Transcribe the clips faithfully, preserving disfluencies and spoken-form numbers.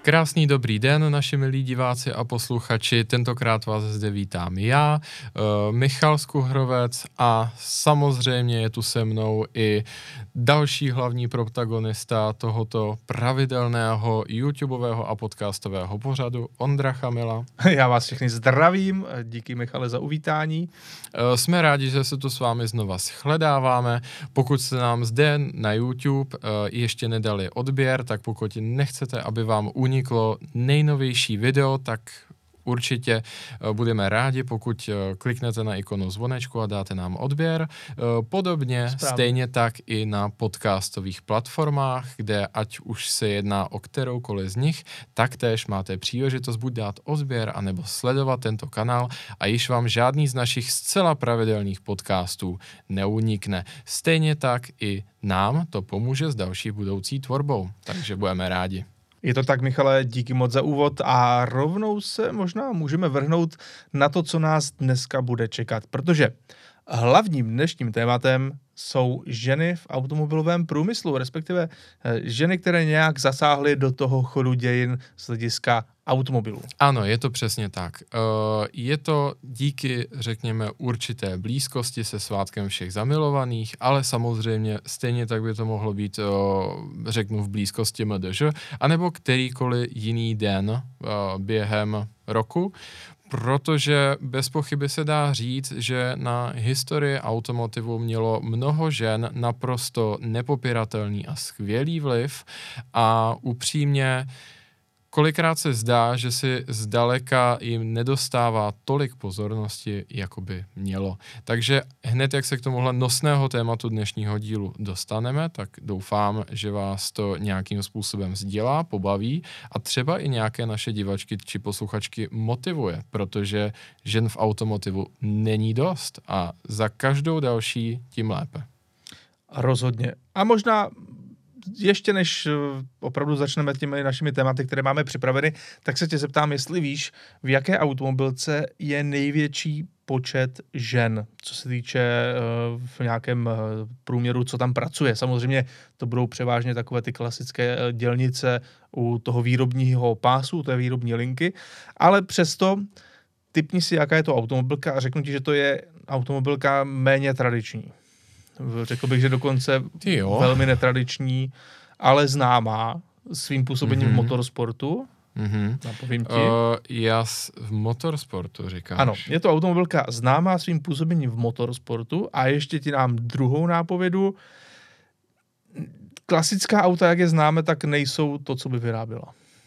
Krásný dobrý den, naši milí diváci a posluchači. Tentokrát vás zde vítám já, uh, Michal Skuhrovec, a samozřejmě je tu se mnou i další hlavní protagonista tohoto pravidelného YouTubeového a podcastového pořadu, Ondra Chamila. Já vás všechny zdravím, díky Michale za uvítání. Uh, jsme rádi, že se tu s vámi znova shledáváme. Pokud jste nám zde na YouTube uh, ještě nedali odběr, tak pokud nechcete, aby vám uniklo nejnovější video, tak určitě budeme rádi, pokud kliknete na ikonu zvonečku a dáte nám odběr. Podobně, Správně. stejně tak i na podcastových platformách, kde ať už se jedná o kteroukoliv z nich, taktéž máte příležitost buď dát odběr, anebo sledovat tento kanál a již vám žádný z našich zcela pravidelných podcastů neunikne. Stejně tak i nám to pomůže s další budoucí tvorbou, takže budeme rádi. Je to tak, Michale, díky moc za úvod a rovnou se možná můžeme vrhnout na to, co nás dneska bude čekat, protože hlavním dnešním tématem jsou ženy v automobilovém průmyslu, respektive ženy, které nějak zasáhly do toho chodu dějin z hlediska automobilů. Ano, je to přesně tak. Je to díky, řekněme, určité blízkosti se svátkem všech zamilovaných, ale samozřejmě stejně tak by to mohlo být, řeknu, v blízkosti M D Ž, anebo kterýkoliv jiný den během roku, protože bez pochyby se dá říct, že na historii automotivu mělo mnoho žen naprosto nepopiratelný a skvělý vliv a upřímně kolikrát se zdá, že si zdaleka jim nedostává tolik pozornosti, jako by mělo. Takže hned, jak se k tomuhle nosného tématu dnešního dílu dostaneme, tak doufám, že vás to nějakým způsobem vzdělá, pobaví a třeba i nějaké naše divačky či posluchačky motivuje, protože žen v automotivu není dost a za každou další tím lépe. Rozhodně. A možná ještě než opravdu začneme těmi našimi tématy, které máme připraveny, tak se tě zeptám, jestli víš, v jaké automobilce je největší počet žen, co se týče uh, v nějakém uh, průměru, co tam pracuje. Samozřejmě to budou převážně takové ty klasické uh, dělnice u toho výrobního pásu, té výrobní linky, ale přesto tipni si, jaká je to automobilka a řeknu ti, že to je automobilka méně tradiční. Řekl bych, že dokonce velmi netradiční, ale známá svým působením mm-hmm. v motorsportu. Mm-hmm. Napovím ti. Uh, jas v motorsportu říkáš. Ano, je to automobilka známá svým působením v motorsportu a ještě ti dám druhou nápovědu. Klasická auta, jak je známe, tak nejsou to, co by vyráběla.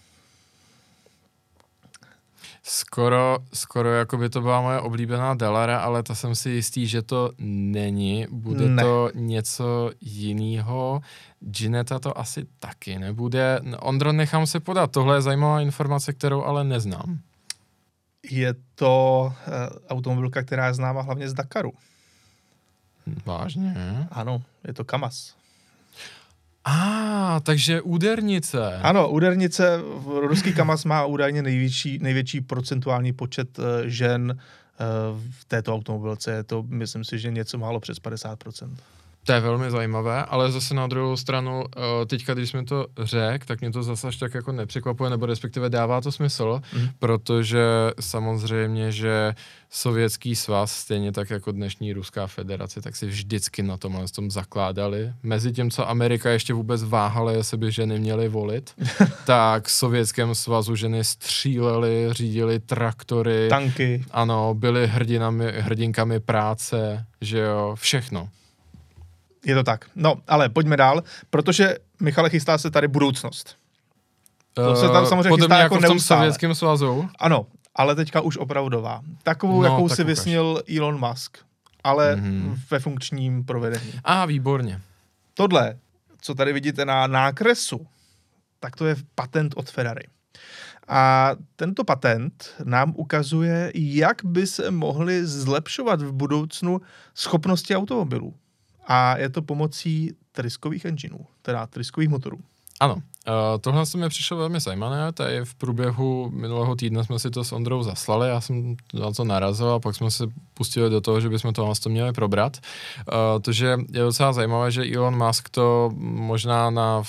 Skoro, skoro jako by to byla moje oblíbená Delara, ale ta jsem si jistý, že to není. Bude ne. to něco jiného. Ginetta to asi taky nebude. Ondro, nechám se podat. Tohle je zajímavá informace, kterou ale neznám. Je to uh, automobilka, která je známa hlavně z Dakaru. Vážně? Ano, je to Kamaz. A, ah, takže údernice. Ano, údernice, ruský Kamaz má údajně největší, největší procentuální počet uh, žen uh, v této automobilce. Je to, myslím si, že něco málo přes padesát procent. To je velmi zajímavé, ale zase na druhou stranu, teďka, když jsme to řekl, tak mě to zase až tak jako nepřekvapuje, nebo respektive dává to smysl, mm. protože samozřejmě, že Sovětský svaz, stejně tak jako dnešní Ruská federace, tak si vždycky na tomhle tom zakládali. Mezi tím, co Amerika ještě vůbec váhala, jestli by ženy měly volit, tak v Sovětském svazu ženy střílely, řídily traktory. Tanky. Ano, byly hrdinami, hrdinkami práce, že jo, všechno. Je to tak. No, ale pojďme dál, protože, Michale, chystá se tady budoucnost. To se tam samozřejmě Podobně chystá jako jako v tom neustále. Sovětském svazu. Ano, ale teďka už opravdová. Takovou, no, jakou tak si ukaž. vysnil Elon Musk, ale mm-hmm. ve funkčním provedení. A, výborně. Tohle, co tady vidíte na nákresu, tak to je patent od Ferrari. A tento patent nám ukazuje, jak by se mohly zlepšovat v budoucnu schopnosti automobilů. A je to pomocí tryskových enginů, teda tryskových motorů. Ano, uh, tohle se mi přišlo velmi zajímavé, tady v průběhu minulého týdne jsme si to s Ondrou zaslali, já jsem na to narazil a pak jsme se pustili do toho, že bychom to vlastně měli probrat. Uh, to, že je docela zajímavé, že Elon Musk to možná na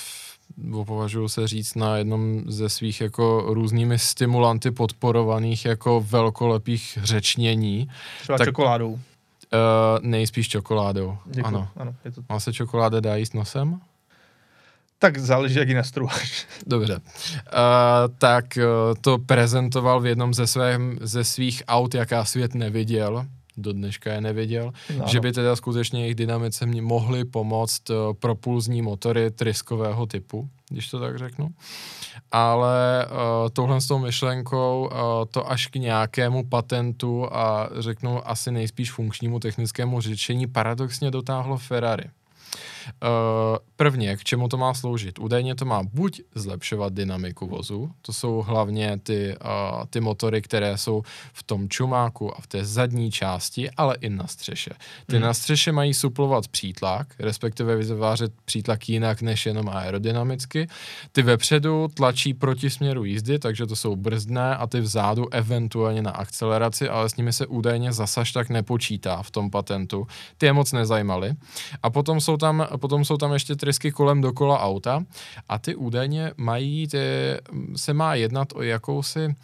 považuji se říct, na jednom ze svých jako různými stimulanty podporovaných jako velkolepých řečnění. Třeba tak, čokoládou. Uh, nejspíš čokoládou. Děkuji. Ano. Ano, je to... Má se čokoláda dá jíst nosem? Tak záleží, jak ji nastruháš. Dobře. Uh, tak uh, to prezentoval v jednom ze, svém, ze svých aut, jaká svět neviděl. Do dneška je neviděl, no, že by teda skutečně jejich dynamice mohly pomoct uh, propulzní motory tryskového typu, když to tak řeknu. Ale uh, touhle s tou myšlenkou uh, to až k nějakému patentu a řeknu asi nejspíš funkčnímu technickému řešení paradoxně dotáhlo Ferrari. Uh, prvně, k čemu to má sloužit? Údajně to má buď zlepšovat dynamiku vozu, to jsou hlavně ty, uh, ty motory, které jsou v tom čumáku a v té zadní části, ale i na střeše. Ty hmm. na střeše mají suplovat přítlak, respektive vytvářet přítlak jinak než jenom aerodynamicky. Ty vepředu tlačí proti směru jízdy, takže to jsou brzdné a ty vzadu eventuálně na akceleraci, ale s nimi se údajně zasaž tak nepočítá v tom patentu. Ty je moc nezajímaly. A potom jsou tam, potom jsou tam ještě trysky kolem dokola auta a ty údajně mají, ty, se má jednat o jakousi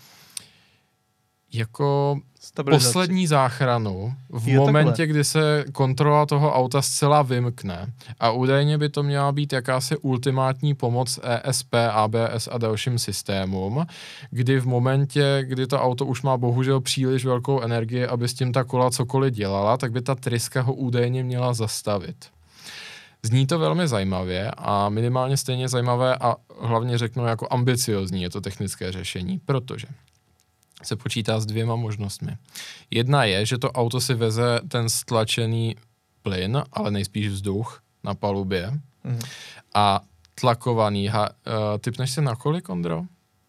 jako poslední záchranu v je momentě, takhle. Kdy se kontrola toho auta zcela vymkne. A údajně by to měla být jakási ultimátní pomoc E S P, A B S a dalším systémům, kdy v momentě, kdy to auto už má bohužel příliš velkou energii, aby s tím ta kola cokoliv dělala, tak by ta tryska ho údajně měla zastavit. Zní to velmi zajímavě a minimálně stejně zajímavé a hlavně řeknu jako ambiciozní je to technické řešení, protože se počítá s dvěma možnostmi. Jedna je, že to auto si veze ten stlačený plyn, ale nejspíš vzduch na palubě mm. a tlakovaný. Ha, uh, typneš si na kolik, Ondro?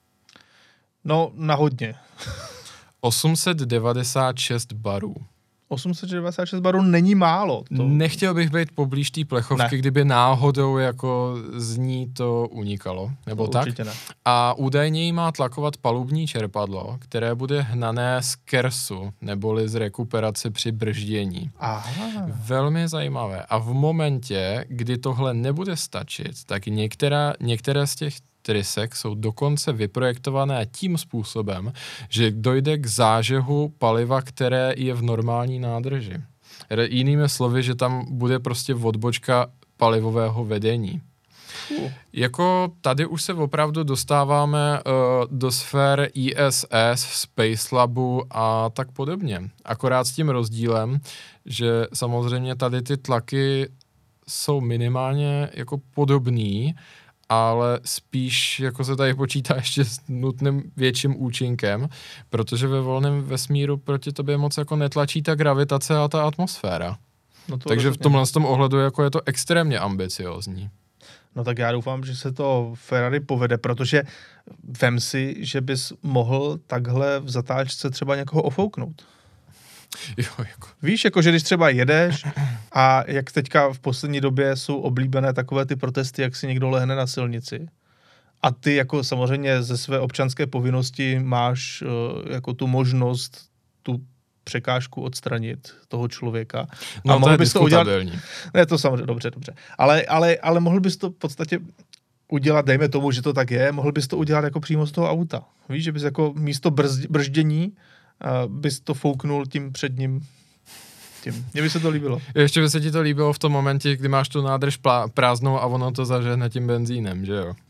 No, na hodně. osm set devadesát šest barů. osm set devadesát šest barů není málo. To... Nechtěl bych být poblíž té plechovky, ne. Kdyby náhodou jako z ní to unikalo, nebo to tak? Určitě ne. A údajně jí má tlakovat palubní čerpadlo, které bude hnané z kersu, neboli z rekuperace při brždění. Aha. Velmi zajímavé. A v momentě, kdy tohle nebude stačit, tak některá, některé z těch trysek jsou dokonce vyprojektované tím způsobem, že dojde k zážehu paliva, které je v normální nádrži. Jinými slovy, že tam bude prostě odbočka palivového vedení. Uh. Jako tady už se opravdu dostáváme uh, do sfér I S S, Space Labu a tak podobně. Akorát s tím rozdílem, že samozřejmě tady ty tlaky jsou minimálně jako podobný, ale spíš jako se tady počítá ještě s nutným větším účinkem, protože ve volném vesmíru proti tobě moc jako netlačí ta gravitace a ta atmosféra. No to Takže v tomhle tom ohledu jako je to extrémně ambiciozní. No tak já doufám, že se to Ferrari povede, protože vem si, že bys mohl takhle v zatáčce třeba někoho ofouknout. Jo, jako. Víš, jako že když třeba jedeš a jak teďka v poslední době jsou oblíbené takové ty protesty, jak si někdo lehne na silnici a ty jako samozřejmě ze své občanské povinnosti máš uh, jako tu možnost tu překážku odstranit toho člověka. No a mohl to bys to udělat... Ne, to samozřejmě, dobře, dobře. Ale, ale, ale mohl bys to v podstatě udělat, dejme tomu, že to tak je, mohl bys to udělat jako přímo z toho auta. Víš, že bys jako místo brzd, brždění Uh, bys to fouknul tím předním tím. Mně by se to líbilo. Ještě by se ti to líbilo v tom momentě, kdy máš tu nádrž plá- prázdnou a ono to zažehne tím benzínem, že jo?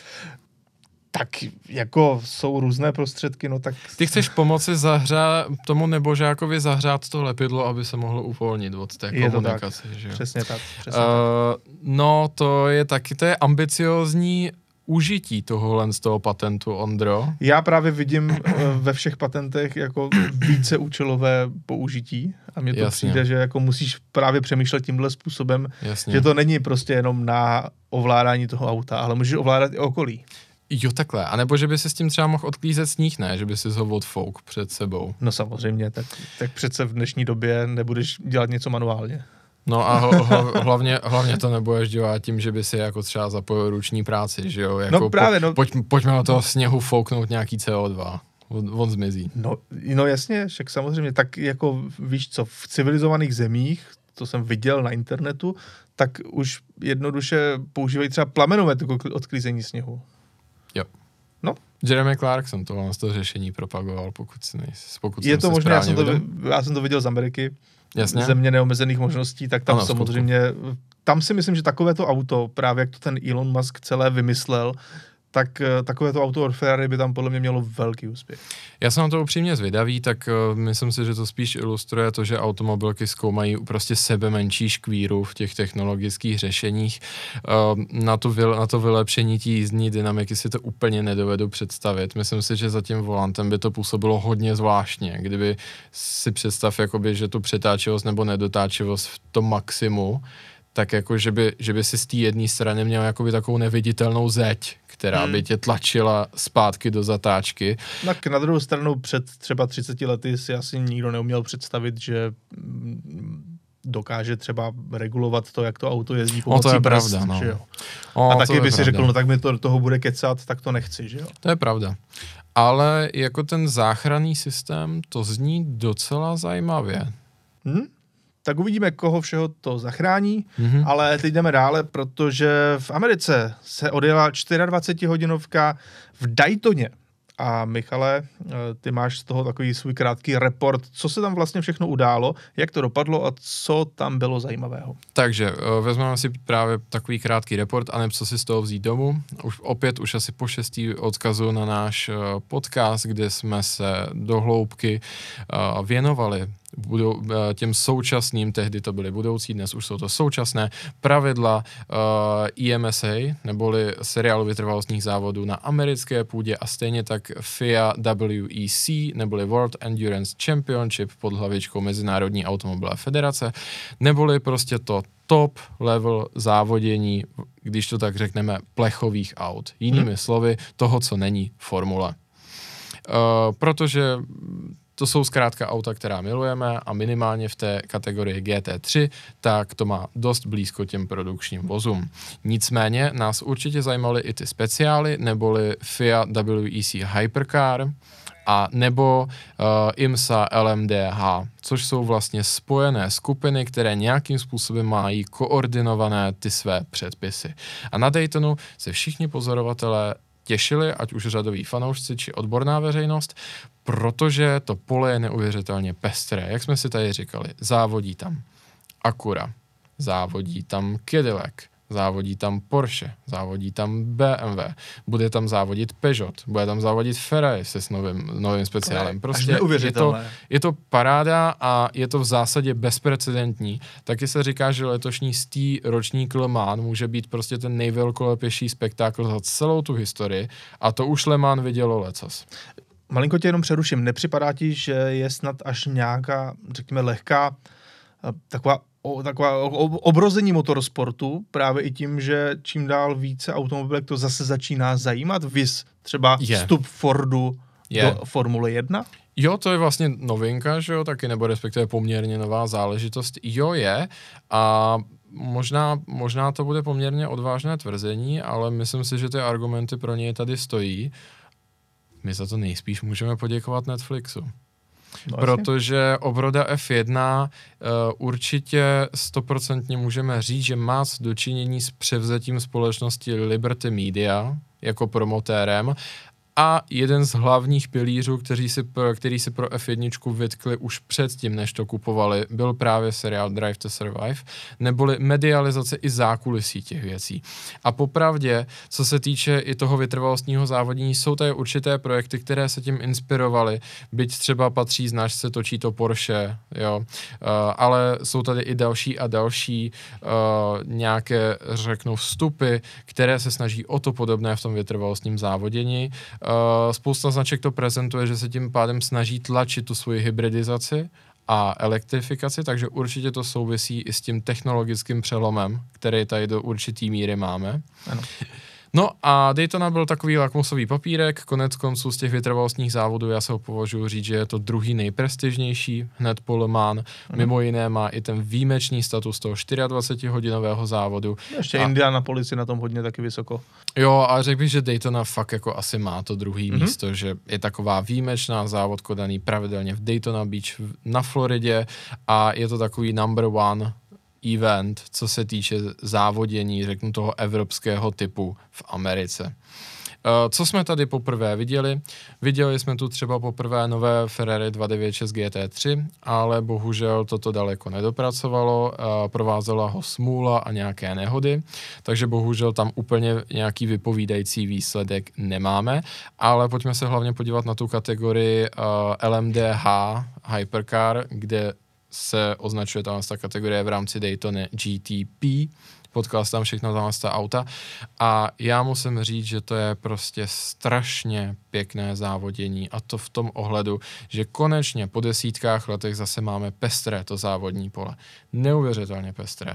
Tak jako jsou různé prostředky, no tak... Ty chceš pomoci zahřát tomu nebožákovi zahřát to lepidlo, aby se mohlo uvolnit od té je komunikace, to tak. že jo? Přesně tak. Přesně uh, tak. No, to je taky, to je ambiciozní užití tohohle z toho patentu, Ondro. Já právě vidím ve všech patentech jako víceúčelové použití a mně to Jasně. přijde, že jako musíš právě přemýšlet tímhle způsobem, Jasně. že to není prostě jenom na ovládání toho auta, ale můžeš ovládat i okolí. Jo, takhle. A nebo že by si s tím třeba mohl odklízet sníh, ne? Že by si ho odfouk před sebou. No samozřejmě, tak, tak přece v dnešní době nebudeš dělat něco manuálně. No a ho, ho, hlavně, hlavně to nebudeš dělat tím, že by si jako třeba zapojil ruční práci, že jo? Jako no právě, po, no. Pojď, pojďme do toho sněhu fouknout nějaký C O dva. On, on zmizí. No, no jasně, však samozřejmě, tak jako víš co, v civilizovaných zemích co jsem viděl na internetu, tak už jednoduše používají třeba plamenové k odklízení sněhu. Jo. No. Jeremy Clarkson to to řešení propagoval, pokud si nejsi, pokud Je to možné, já jsem to, viděl. já jsem to viděl z Ameriky, Jasně. země neomezených možností, tak tam ano, samozřejmě, tam si myslím, že takovéto auto, právě jak to ten Elon Musk celé vymyslel, tak takovéto auto od Ferrari by tam podle mě mělo velký úspěch. Já jsem na to upřímně zvědavý, tak uh, myslím si, že to spíš ilustruje to, že automobilky zkoumají prostě sebe menší škvíru v těch technologických řešeních. Uh, na, to vy, na to vylepšení tí jízdní dynamiky si to úplně nedovedu představit. Myslím si, že za tím volantem by to působilo hodně zvláštně. Kdyby si představ, jakoby, že tu přetáčivost nebo nedotáčivost v tom maximu, tak jako, že by, že by si z té jedné strany měl jakoby takovou neviditelnou zeď, která hmm. by tě tlačila zpátky do zatáčky. Tak na druhou stranu před třeba třiceti lety si asi nikdo neuměl představit, že dokáže třeba regulovat to, jak to auto jezdí pomocí o, to je brzd, pravda, no. že jo. O, A taky by si pravda. řekl, no tak mi to do toho bude kecat, tak to nechci, že jo. To je pravda. Ale jako ten záchranný systém, to zní docela zajímavě. Hmm? Tak uvidíme, koho všeho to zachrání, Mm-hmm. ale teď jdeme dále, protože v Americe se odjela dvacetihodinovka v Daytoně. A Michale, ty máš z toho takový svůj krátký report, co se tam vlastně všechno událo, jak to dopadlo a co tam bylo zajímavého. Takže vezmeme si právě takový krátký report a nebo co si z toho vzít domů. Už opět už asi po šestý odkazu na náš podcast, kde jsme se do hloubky věnovali budou, těm současným, tehdy to byly budoucí, dnes už jsou to současné pravidla uh, E M S A, neboli seriálu vytrvalostních závodů na americké půdě a stejně tak F I A W E C, neboli World Endurance Championship pod hlavičkou Mezinárodní automobilové federace, neboli prostě to top level závodění, když to tak řekneme, plechových aut. Jinými hmm. slovy, toho, co není formule. Uh, protože to jsou zkrátka auta, která milujeme a minimálně v té kategorii G T tři, tak to má dost blízko těm produkčním vozům. Nicméně nás určitě zajímaly i ty speciály, neboli F I A W E C Hypercar a nebo uh, I M S A L M D H, což jsou vlastně spojené skupiny, které nějakým způsobem mají koordinované ty své předpisy. A na Daytonu se všichni pozorovatelé těšili, ať už řadoví fanoušci či odborná veřejnost, protože to pole je neuvěřitelně pestré. Jak jsme si tady říkali, závodí tam Acura, závodí tam Cadillac, závodí tam Porsche, závodí tam B M W, bude tam závodit Peugeot, bude tam závodit Ferrari se s novým, novým speciálem. Prostě je to, je to paráda a je to v zásadě bezprecedentní. Taky se říká, že letošní stý ročník Le Mans může být prostě ten nejvelkolepější spektákl za celou tu historii a to už Le Mans vidělo lecos. Malinko tě jenom přeruším. Nepřipadá ti, že je snad až nějaká, řekněme, lehká taková O, taková obrození motorsportu, právě i tím, že čím dál více automobilek to zase začíná zajímat, viz třeba je. vstup Fordu je. do Formule jedna? Jo, to je vlastně novinka, že jo, taky, nebo respektive poměrně nová záležitost. Jo, je a možná, možná to bude poměrně odvážné tvrzení, ale myslím si, že ty argumenty pro něj tady stojí. My za to nejspíš můžeme poděkovat Netflixu. No, protože obroda F jedna uh, určitě stoprocentně můžeme říct, že má dočinění s převzetím společnosti Liberty Media jako promotérem a jeden z hlavních pilířů, kteří si, který si pro F jedna vytkli už předtím, než to kupovali, byl právě seriál Drive to Survive, neboli medializace i zákulisí těch věcí. A popravdě, co se týče i toho vytrvalostního závodění, jsou tady určité projekty, které se tím inspirovaly, byť třeba patří značce, točí to Porsche, jo, uh, ale jsou tady i další a další uh, nějaké, řeknu, vstupy, které se snaží o to podobné v tom vytrvalostním závodění. Uh, spousta značek to prezentuje, že se tím pádem snaží tlačit tu svoji hybridizaci a elektrifikaci, takže určitě to souvisí i s tím technologickým přelomem, který tady do určitý míry máme. Ano. No a Daytona byl takový lakmusový papírek, konec konců z těch vytrvalostních závodů já se ho považuji říct, že je to druhý nejprestižnější, hned po Le Mans. Mm. Mimo jiné má i ten výjimečný status toho dvacetihodinového závodu. Ještě a Indianapolis je na tom hodně taky vysoko. Jo, a řekl bych, že Daytona fakt jako asi má to druhý mm-hmm. místo, že je taková výjimečná závod kodaný pravidelně v Daytona Beach na Floridě a je to takový number one event, co se týče závodění, řeknu toho evropského typu v Americe. Co jsme tady poprvé viděli? Viděli jsme tu třeba poprvé nové Ferrari dvě devět šest G T tři, ale bohužel toto daleko nedopracovalo, provázela ho smůla a nějaké nehody, takže bohužel tam úplně nějaký vypovídající výsledek nemáme, ale pojďme se hlavně podívat na tu kategorii L M D H Hypercar, kde se označuje ta kategorie v rámci Daytony G T P, potkal jsem tam všechno tam ta auta a já musím říct, že to je prostě strašně pěkné závodění a to v tom ohledu, že konečně po desítkách letech zase máme pestré to závodní pole. Neuvěřitelně pestré.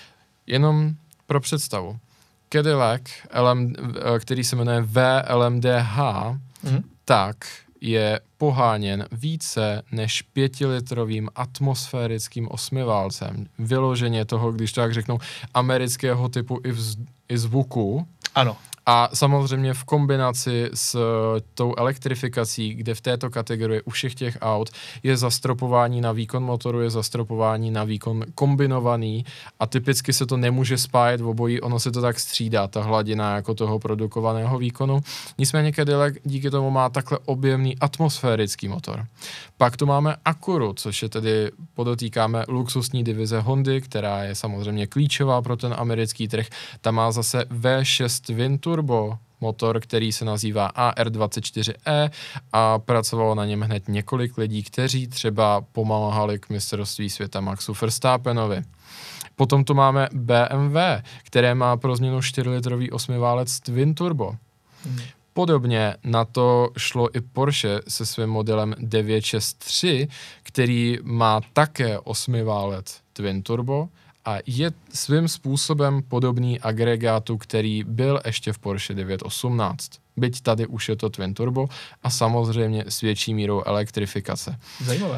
Jenom pro představu. Cadillac, L M, který se jmenuje V L M D H, mm. tak je poháněn více než pětilitrovým atmosférickým osmiválcem. Vyloženě toho, když to tak řeknou, amerického typu i, vz, i zvuku. Ano. A samozřejmě v kombinaci s tou elektrifikací, kde v této kategorii u všech těch aut je zastropování na výkon motoru, je zastropování na výkon kombinovaný a typicky se to nemůže spájet v obojí, ono se to tak střídá, ta hladina jako toho produkovaného výkonu. Nicméně Cadillac díky tomu má takhle objemný atmosférický motor. Pak tu máme Acuru, což je tedy, podotýkáme, luxusní divize Hondy, která je samozřejmě klíčová pro ten americký trh. Ta má zase V šest Twin Turbo motor, který se nazývá A R dvacet čtyři E a pracovalo na něm hned několik lidí, kteří třeba pomáhali k mistrovství světa Maxu Verstappenovi. Potom tu máme B M W, které má pro změnu čtyřlitrový osmiválec Twin Turbo. Hmm. Podobně na to šlo i Porsche se svým modelem devět šest tři, který má také osmiválec Twin Turbo a je svým způsobem podobný agregátu, který byl ještě v Porsche devět osmnáct. Byť tady už je to Twin Turbo a samozřejmě s větší mírou elektrifikace. Zajímavé.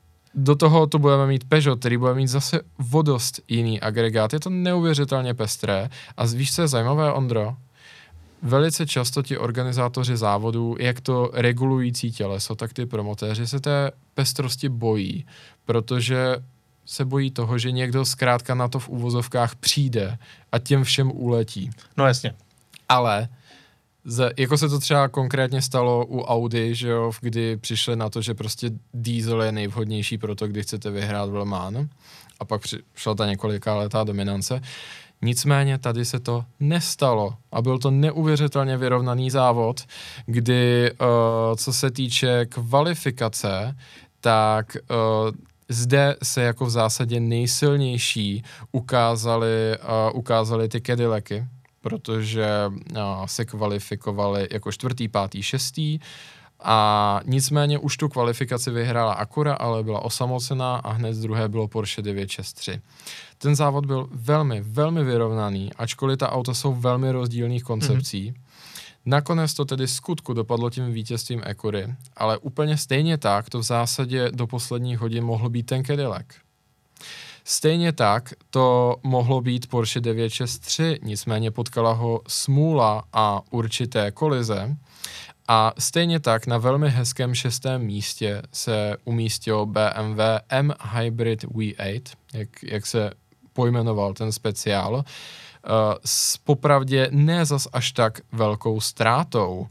Do toho tu budeme mít Peugeot, který bude mít zase vodost jiný agregát. Je to neuvěřitelně pestré a víš, co je zajímavé, Ondro? Velice často ti organizátoři závodů, jak to regulující těleso, tak ty promotéři se té pestrosti bojí, protože se bojí toho, že někdo zkrátka na to v uvozovkách přijde a těm všem uletí. No jasně. Ale z, jako se to třeba konkrétně stalo u Audi, že jo, kdy přišli na to, že prostě diesel je nejvhodnější pro to, kdy chcete vyhrát v Le Mans a pak přišla ta několika letá dominance. Nicméně tady se to nestalo a byl to neuvěřitelně vyrovnaný závod, kdy uh, co se týče kvalifikace, tak uh, zde se jako v zásadě nejsilnější ukázali, uh, ukázali ty Cadillacy, protože uh, se kvalifikovali jako čtvrtý, pátý, šestý a nicméně už tu kvalifikaci vyhrála Acura, ale byla osamocená a hned z druhé bylo Porsche devět šest tři. Ten závod byl velmi, velmi vyrovnaný, ačkoliv ta auta jsou velmi rozdílných koncepcí. Mm-hmm. Nakonec to tedy skutku dopadlo tím vítězstvím Acury, ale úplně stejně tak to v zásadě do posledních hodin mohl být ten Cadillac. Stejně tak to mohlo být Porsche devět šest tři, nicméně potkala ho smůla a určité kolize. A stejně tak na velmi hezkém šestém místě se umístil B M W M Hybrid V osm, jak, jak se pojmenoval ten speciál, uh, s popravdě ne zas až tak velkou ztrátou.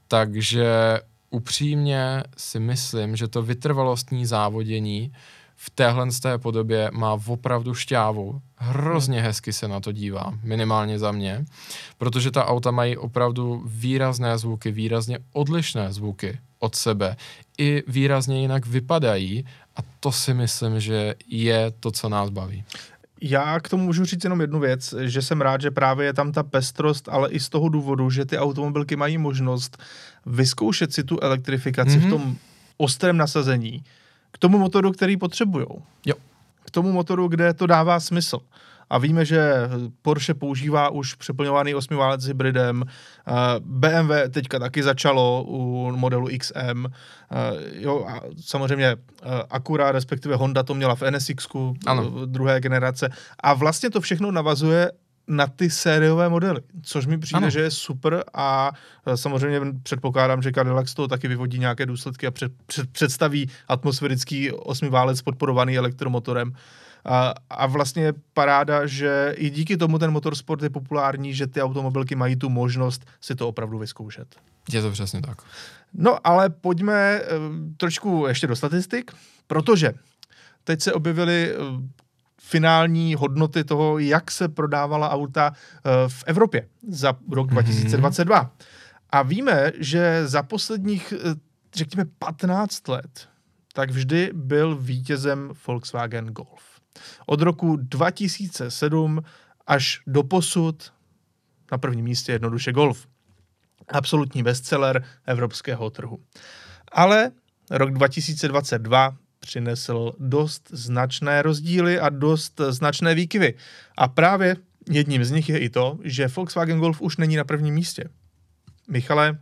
Takže upřímně si myslím, že to vytrvalostní závodění v téhle z té podobě má opravdu šťávu. Hrozně hezky se na to dívá, minimálně za mě, protože ta auta mají opravdu výrazné zvuky, výrazně odlišné zvuky od sebe. I výrazně jinak vypadají a to si myslím, že je to, co nás baví. Já k tomu můžu říct jenom jednu věc, že jsem rád, že právě je tam ta pestrost, ale i z toho důvodu, že ty automobilky mají možnost vyzkoušet si tu elektrifikaci mm-hmm. v tom ostrém nasazení k tomu motoru, který potřebujou. Jo. K tomu motoru, kde to dává smysl. A víme, že Porsche používá už přeplňovaný osmiválec s hybridem, B M W teďka taky začalo u modelu X M, jo, a samozřejmě Acura, respektive Honda to měla v N S X-ku druhé generace. A vlastně to všechno navazuje na ty sériové modely, což mi přijde, ano. že je super a samozřejmě předpokládám, že Cadillac z toho taky vyvodí nějaké důsledky a před, před, představí atmosférický osmiválec podporovaný elektromotorem. A, a vlastně je paráda, že i díky tomu ten motorsport je populární, že ty automobilky mají tu možnost si to opravdu vyzkoušet. Je to přesně tak. No, ale pojďme trošku ještě do statistik, protože teď se objevily finální hodnoty toho, jak se prodávala auta v Evropě za rok dva tisíce dvacet dva. A víme, že za posledních, řekněme, patnáct let, tak vždy byl vítězem Volkswagen Golf. Od roku dva tisíce sedm až do posud na prvním místě jednoduše Golf. Absolutní bestseller evropského trhu. Ale rok dva tisíce dvacet dva přinesl dost značné rozdíly a dost značné výkyvy. A právě jedním z nich je i to, že Volkswagen Golf už není na prvním místě. Michale,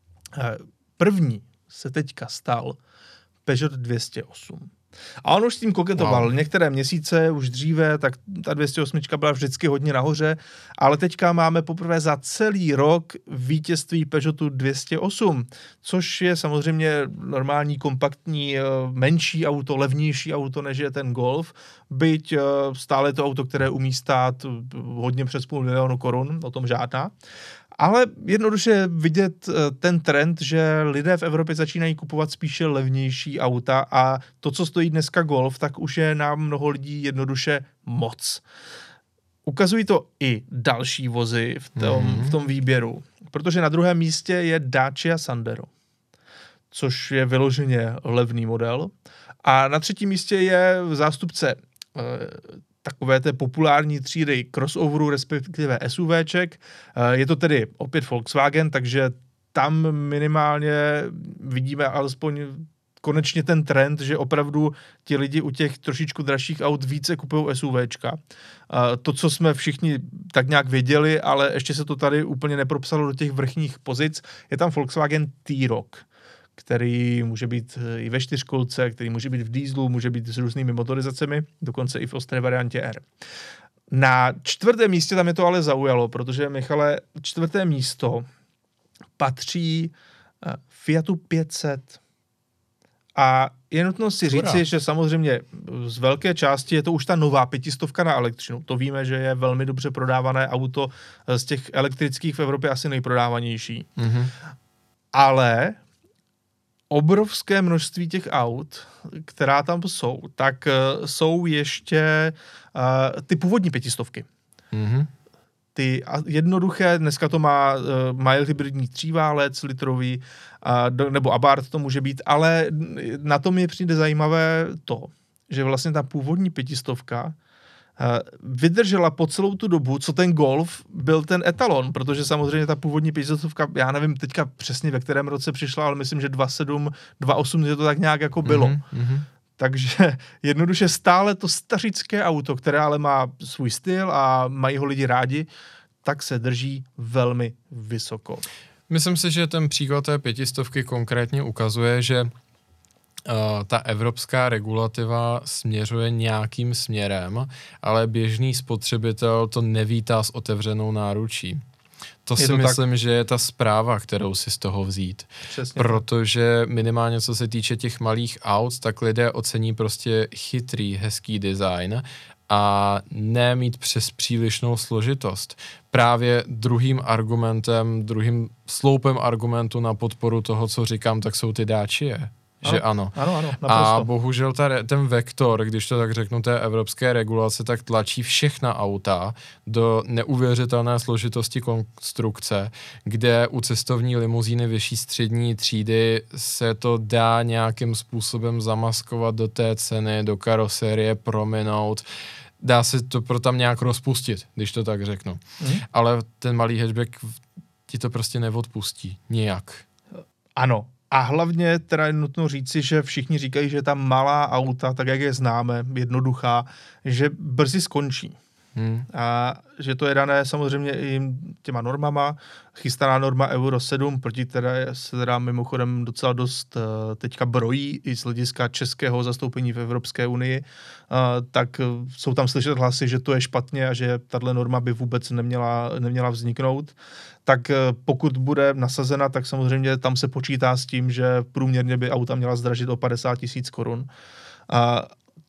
první se teďka stal Peugeot dvě stě osm. A on už s tím koketoval. Wow. Některé měsíce, už dříve, tak ta dvě stě osm byla vždycky hodně nahoře, ale teďka máme poprvé za celý rok vítězství Peugeotu dvě stě osm, což je samozřejmě normální, kompaktní, menší auto, levnější auto, než je ten Golf, byť stále to auto, které umí stát hodně přes půl milionu korun, o tom žádná. Ale jednoduše vidět ten trend, že lidé v Evropě začínají kupovat spíše levnější auta a to, co stojí dneska Golf, tak už je na mnoho lidí jednoduše moc. Ukazují to i další vozy v tom, mm-hmm. v tom výběru, protože na druhém místě je Dacia Sandero, což je vyloženě levný model. A na třetím místě je zástupce takové té populární třídy crossoverů, respektive SUVček. Je to tedy opět Volkswagen, takže tam minimálně vidíme alespoň konečně ten trend, že opravdu ti lidi u těch trošičku dražších aut více kupují SUVčka. To, co jsme všichni tak nějak věděli, ale ještě se to tady úplně nepropsalo do těch vrchních pozic, je tam Volkswagen T-Roc, který může být i ve čtyřkolce, který může být v dieselu, může být s různými motorizacemi, dokonce i v ostré variantě R. Na čtvrtém místě tam je to ale zaujalo, protože, Michale, čtvrté místo patří Fiatu pět set. A je nutno si říci, že samozřejmě z velké části je to už ta nová pětistovka na elektřinu. To víme, že je velmi dobře prodávané auto, z těch elektrických v Evropě asi nejprodávanější. Mm-hmm. Ale obrovské množství těch aut, která tam jsou, tak uh, jsou ještě uh, ty původní pětistovky. Mm-hmm. Ty jednoduché, dneska to má uh, mild hybridní tříválec litrový, uh, do, nebo Abarth to může být, ale na tom je přijde zajímavé to, že vlastně ta původní pětistovka vydržela po celou tu dobu, co ten Golf byl ten etalon, protože samozřejmě ta původní pětistovka, já nevím teďka přesně ve kterém roce přišla, ale myslím, že dvacet sedm, dvacet osm, že to tak nějak jako bylo. Mm-hmm. Takže jednoduše stále to stařické auto, které ale má svůj styl a mají ho lidi rádi, tak se drží velmi vysoko. Myslím si, že ten příklad té pětistovky konkrétně ukazuje, že Uh, ta evropská regulativa směřuje nějakým směrem, ale běžný spotřebitel to nevítá s otevřenou náručí. To je si to myslím, tak, že je ta zpráva, kterou si z toho vzít. Přesně. Protože minimálně co se týče těch malých aut, tak lidé ocení prostě chytrý, hezký design a ne mít přes přílišnou složitost. Právě druhým argumentem, druhým sloupem argumentu na podporu toho, co říkám, tak jsou ty Dacie. Že ano. Ano, ano, a bohužel ta, ten vektor, když to tak řeknu, té evropské regulace, tak tlačí všechna auta do neuvěřitelné složitosti konstrukce, kde u cestovní limuzíny vyšší střední třídy se to dá nějakým způsobem zamaskovat do té ceny, do karoserie, prominout. Dá se to pro tam nějak rozpustit, když to tak řeknu. Hmm. Ale ten malý hatchback ti to prostě neodpustí. Nijak. Ano. A hlavně teda je nutno říci, že všichni říkají, že ta malá auta, tak jak je známe, jednoduchá, že brzy skončí. Hmm. A že to je dané samozřejmě i těma normama. Chystaná norma Euro sedm, proti které se teda mimochodem docela dost uh, teďka brojí i z hlediska českého zastoupení v Evropské unii, uh, tak jsou tam slyšet hlasy, že to je špatně a že tato norma by vůbec neměla, neměla vzniknout. Tak uh, pokud bude nasazena, tak samozřejmě tam se počítá s tím, že průměrně by auta měla zdražit o padesát tisíc korun. Uh,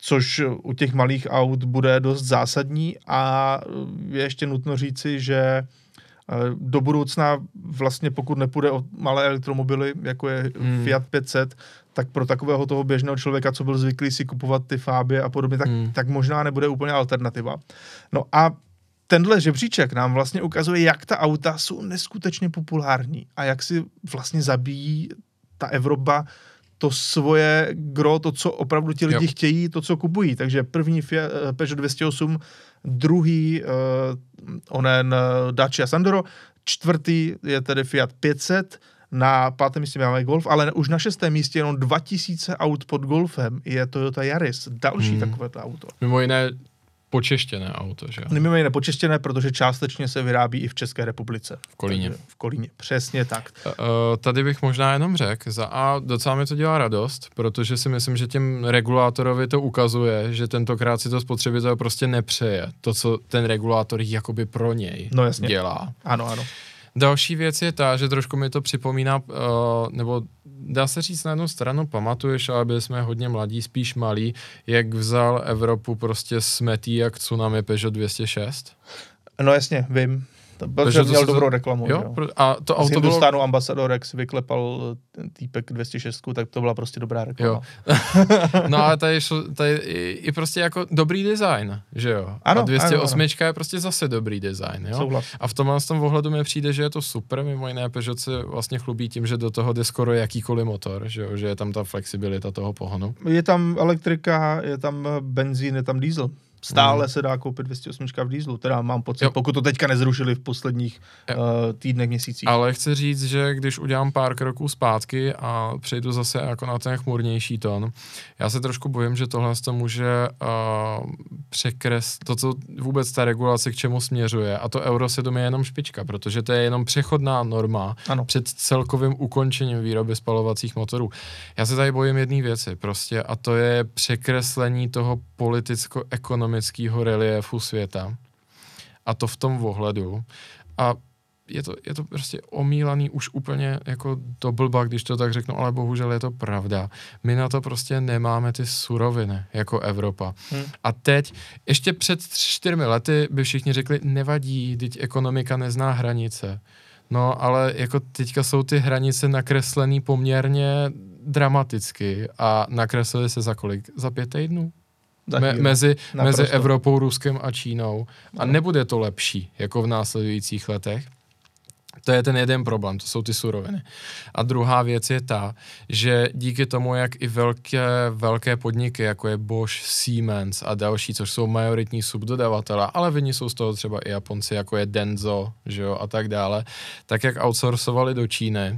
což u těch malých aut bude dost zásadní a je ještě nutno říci, že do budoucna vlastně pokud nepůjde o malé elektromobily, jako je hmm. Fiat pět set, tak pro takového toho běžného člověka, co byl zvyklý si kupovat ty Fabie a podobně, tak, hmm. tak možná nebude úplně alternativa. No a tenhle žebříček nám vlastně ukazuje, jak ta auta jsou neskutečně populární a jak si vlastně zabíjí ta Evropa to svoje gro, to, co opravdu ti lidi jo. chtějí, to, co kupují. Takže první Fiat, Peugeot dvě stě osm, druhý uh, onen uh, Dacia Sandero, čtvrtý je tedy Fiat pět set, na pátém místě máme Golf, ale už na šestém místě jenom dva tisíce aut pod Golfem je Toyota Yaris, další hmm. takovéto auto. Mimo jiné počeštěné auto, že jo? Mimo jiné počeštěné, protože částečně se vyrábí i v České republice. V Kolíně. Takže v Kolíně, přesně tak. Uh, tady bych možná jenom řekl, za A docela mi to dělá radost, protože si myslím, že těm regulátorovi to ukazuje, že tentokrát si to spotřebitel prostě nepřeje. To, co ten regulátor jakoby pro něj no, jasně. dělá. Ano, ano. Další věc je ta, že trošku mi to připomíná, uh, nebo dá se říct na jednu stranu, pamatuješ, ale byli jsme hodně mladí, spíš malí, jak vzal Evropu prostě smetí jak tsunami Peugeot dvě stě šest? No jasně, vím. Protože měl dobrou reklamu. Jo, jo. A to auto bylo... Hindustánu ambasador, jak si vyklepal týpek dvě stě šest, tak to byla prostě dobrá reklama. Jo. No ale tady, šlo, tady i prostě jako dobrý design, že jo? Ano, a dvě stě osm ano, ano. je prostě zase dobrý design, jo? Souhlas. A v tomhle z tom ohledu mi přijde, že je to super, mimo jiné Peugeot se vlastně chlubí tím, že do toho jde skoro jakýkoliv motor, že jo? Že je tam ta flexibilita toho pohonu. Je tam elektrika, je tam benzín, je tam diesel. Stále se dá koupit dvě stě osm v dieselu, teda mám pocit, jo. pokud to teďka nezrušili v posledních uh, týdnech, měsících. Ale chci říct, že když udělám pár kroků zpátky a přejdu zase jako na ten chmurnější tón, já se trošku bojím, že tohle to může uh, překres, to, co vůbec ta regulace k čemu směřuje, a to Euro sedm je jenom špička, protože to je jenom přechodná norma ano. před celkovým ukončením výroby spalovacích motorů. Já se tady bojím jedné věci prostě, a to je překreslení toho politicko-ekonomického reliéfu světa. A to v tom ohledu. A je to, je to prostě omílaný už úplně jako do blba, když to tak řeknu, ale bohužel je to pravda. My na to prostě nemáme ty suroviny jako Evropa. Hmm. A teď, ještě před čtyřmi lety by všichni řekli, nevadí, teď ekonomika nezná hranice. No, ale jako teďka jsou ty hranice nakreslený poměrně dramaticky a nakreslili se za kolik? Za pět týdnů? Me, mezi, mezi Evropou, Ruskem a Čínou. A nebude to lepší, jako v následujících letech. To je ten jeden problém, to jsou ty suroviny. A druhá věc je ta, že díky tomu, jak i velké, velké podniky, jako je Bosch, Siemens a další, což jsou majoritní subdodavatele, ale vyni jsou z toho třeba i Japonci, jako je Denso, že jo, a tak dále, tak jak outsourcovali do Číny,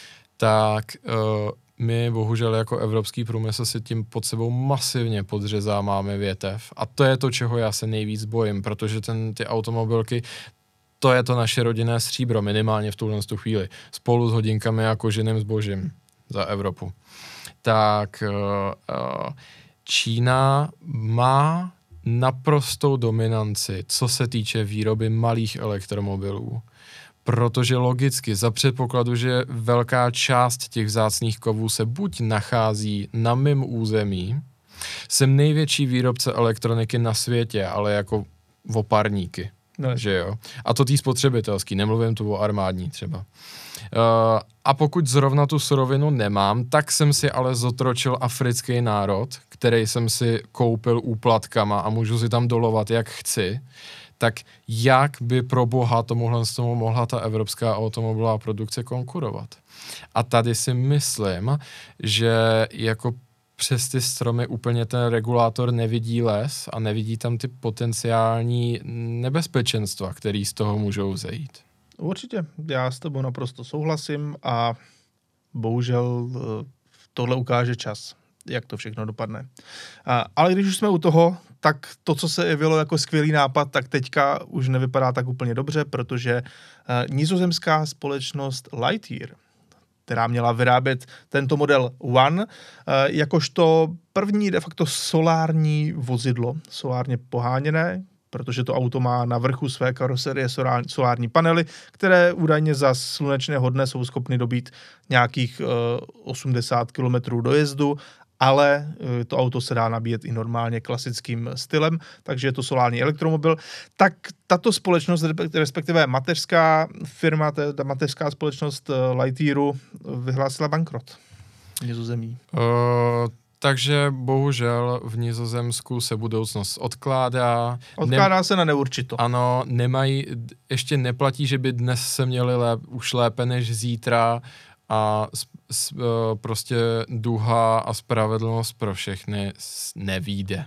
tak uh, my bohužel jako evropský průmysl si tím pod sebou masivně podřezáváme větev. A to je to, čeho já se nejvíc bojím, protože ten, ty automobilky, to je to naše rodinné stříbro, minimálně v tuhle chvíli. Spolu s hodinkami a koženým zbožím za Evropu. Tak uh, uh, Čína má naprostou dominanci, co se týče výroby malých elektromobilů. Protože logicky za předpokladu, že velká část těch vzácných kovů se buď nachází na mém území, jsem největší výrobce elektroniky na světě, ale jako oparníky. No. Že jo? A to tý spotřebitelský, nemluvím tu o armádní třeba. Uh, a pokud zrovna tu surovinu nemám, tak jsem si ale zotročil africký národ, který jsem si koupil úplatkama a můžu si tam dolovat, jak chci. Tak jak by pro boha tomuhle z tomu mohla ta evropská automobilová produkce konkurovat? A tady si myslím, že jako přes ty stromy úplně ten regulátor nevidí les a nevidí tam ty potenciální nebezpečenstva, které z toho můžou vzejít. Určitě, já s tebou naprosto souhlasím a bohužel tohle ukáže čas, jak to všechno dopadne. A, ale když už jsme u toho, tak to, co se jevilo jako skvělý nápad, tak teďka už nevypadá tak úplně dobře, protože uh, nizozemská společnost Lightyear, která měla vyrábět tento model One, uh, jakožto první de facto solární vozidlo, solárně poháněné, protože to auto má na vrchu své karoserie solární panely, které údajně za slunečného dne jsou schopny dobít nějakých uh, osmdesát kilometrů dojezdu ale to auto se dá nabíjet i normálně klasickým stylem, takže je to solární elektromobil. Tak tato společnost, respektive mateřská firma, ta mateřská společnost Lightyearu vyhlásila bankrot v Nizozemí. Uh, takže bohužel v Nizozemsku se budoucnost odkládá. Odkládá Nem- se na neurčito. Ano, nemají, ještě neplatí, že by dnes se měli lép, už lépe než zítra, a s, s, prostě duha a spravedlnost pro všechny nevyjde.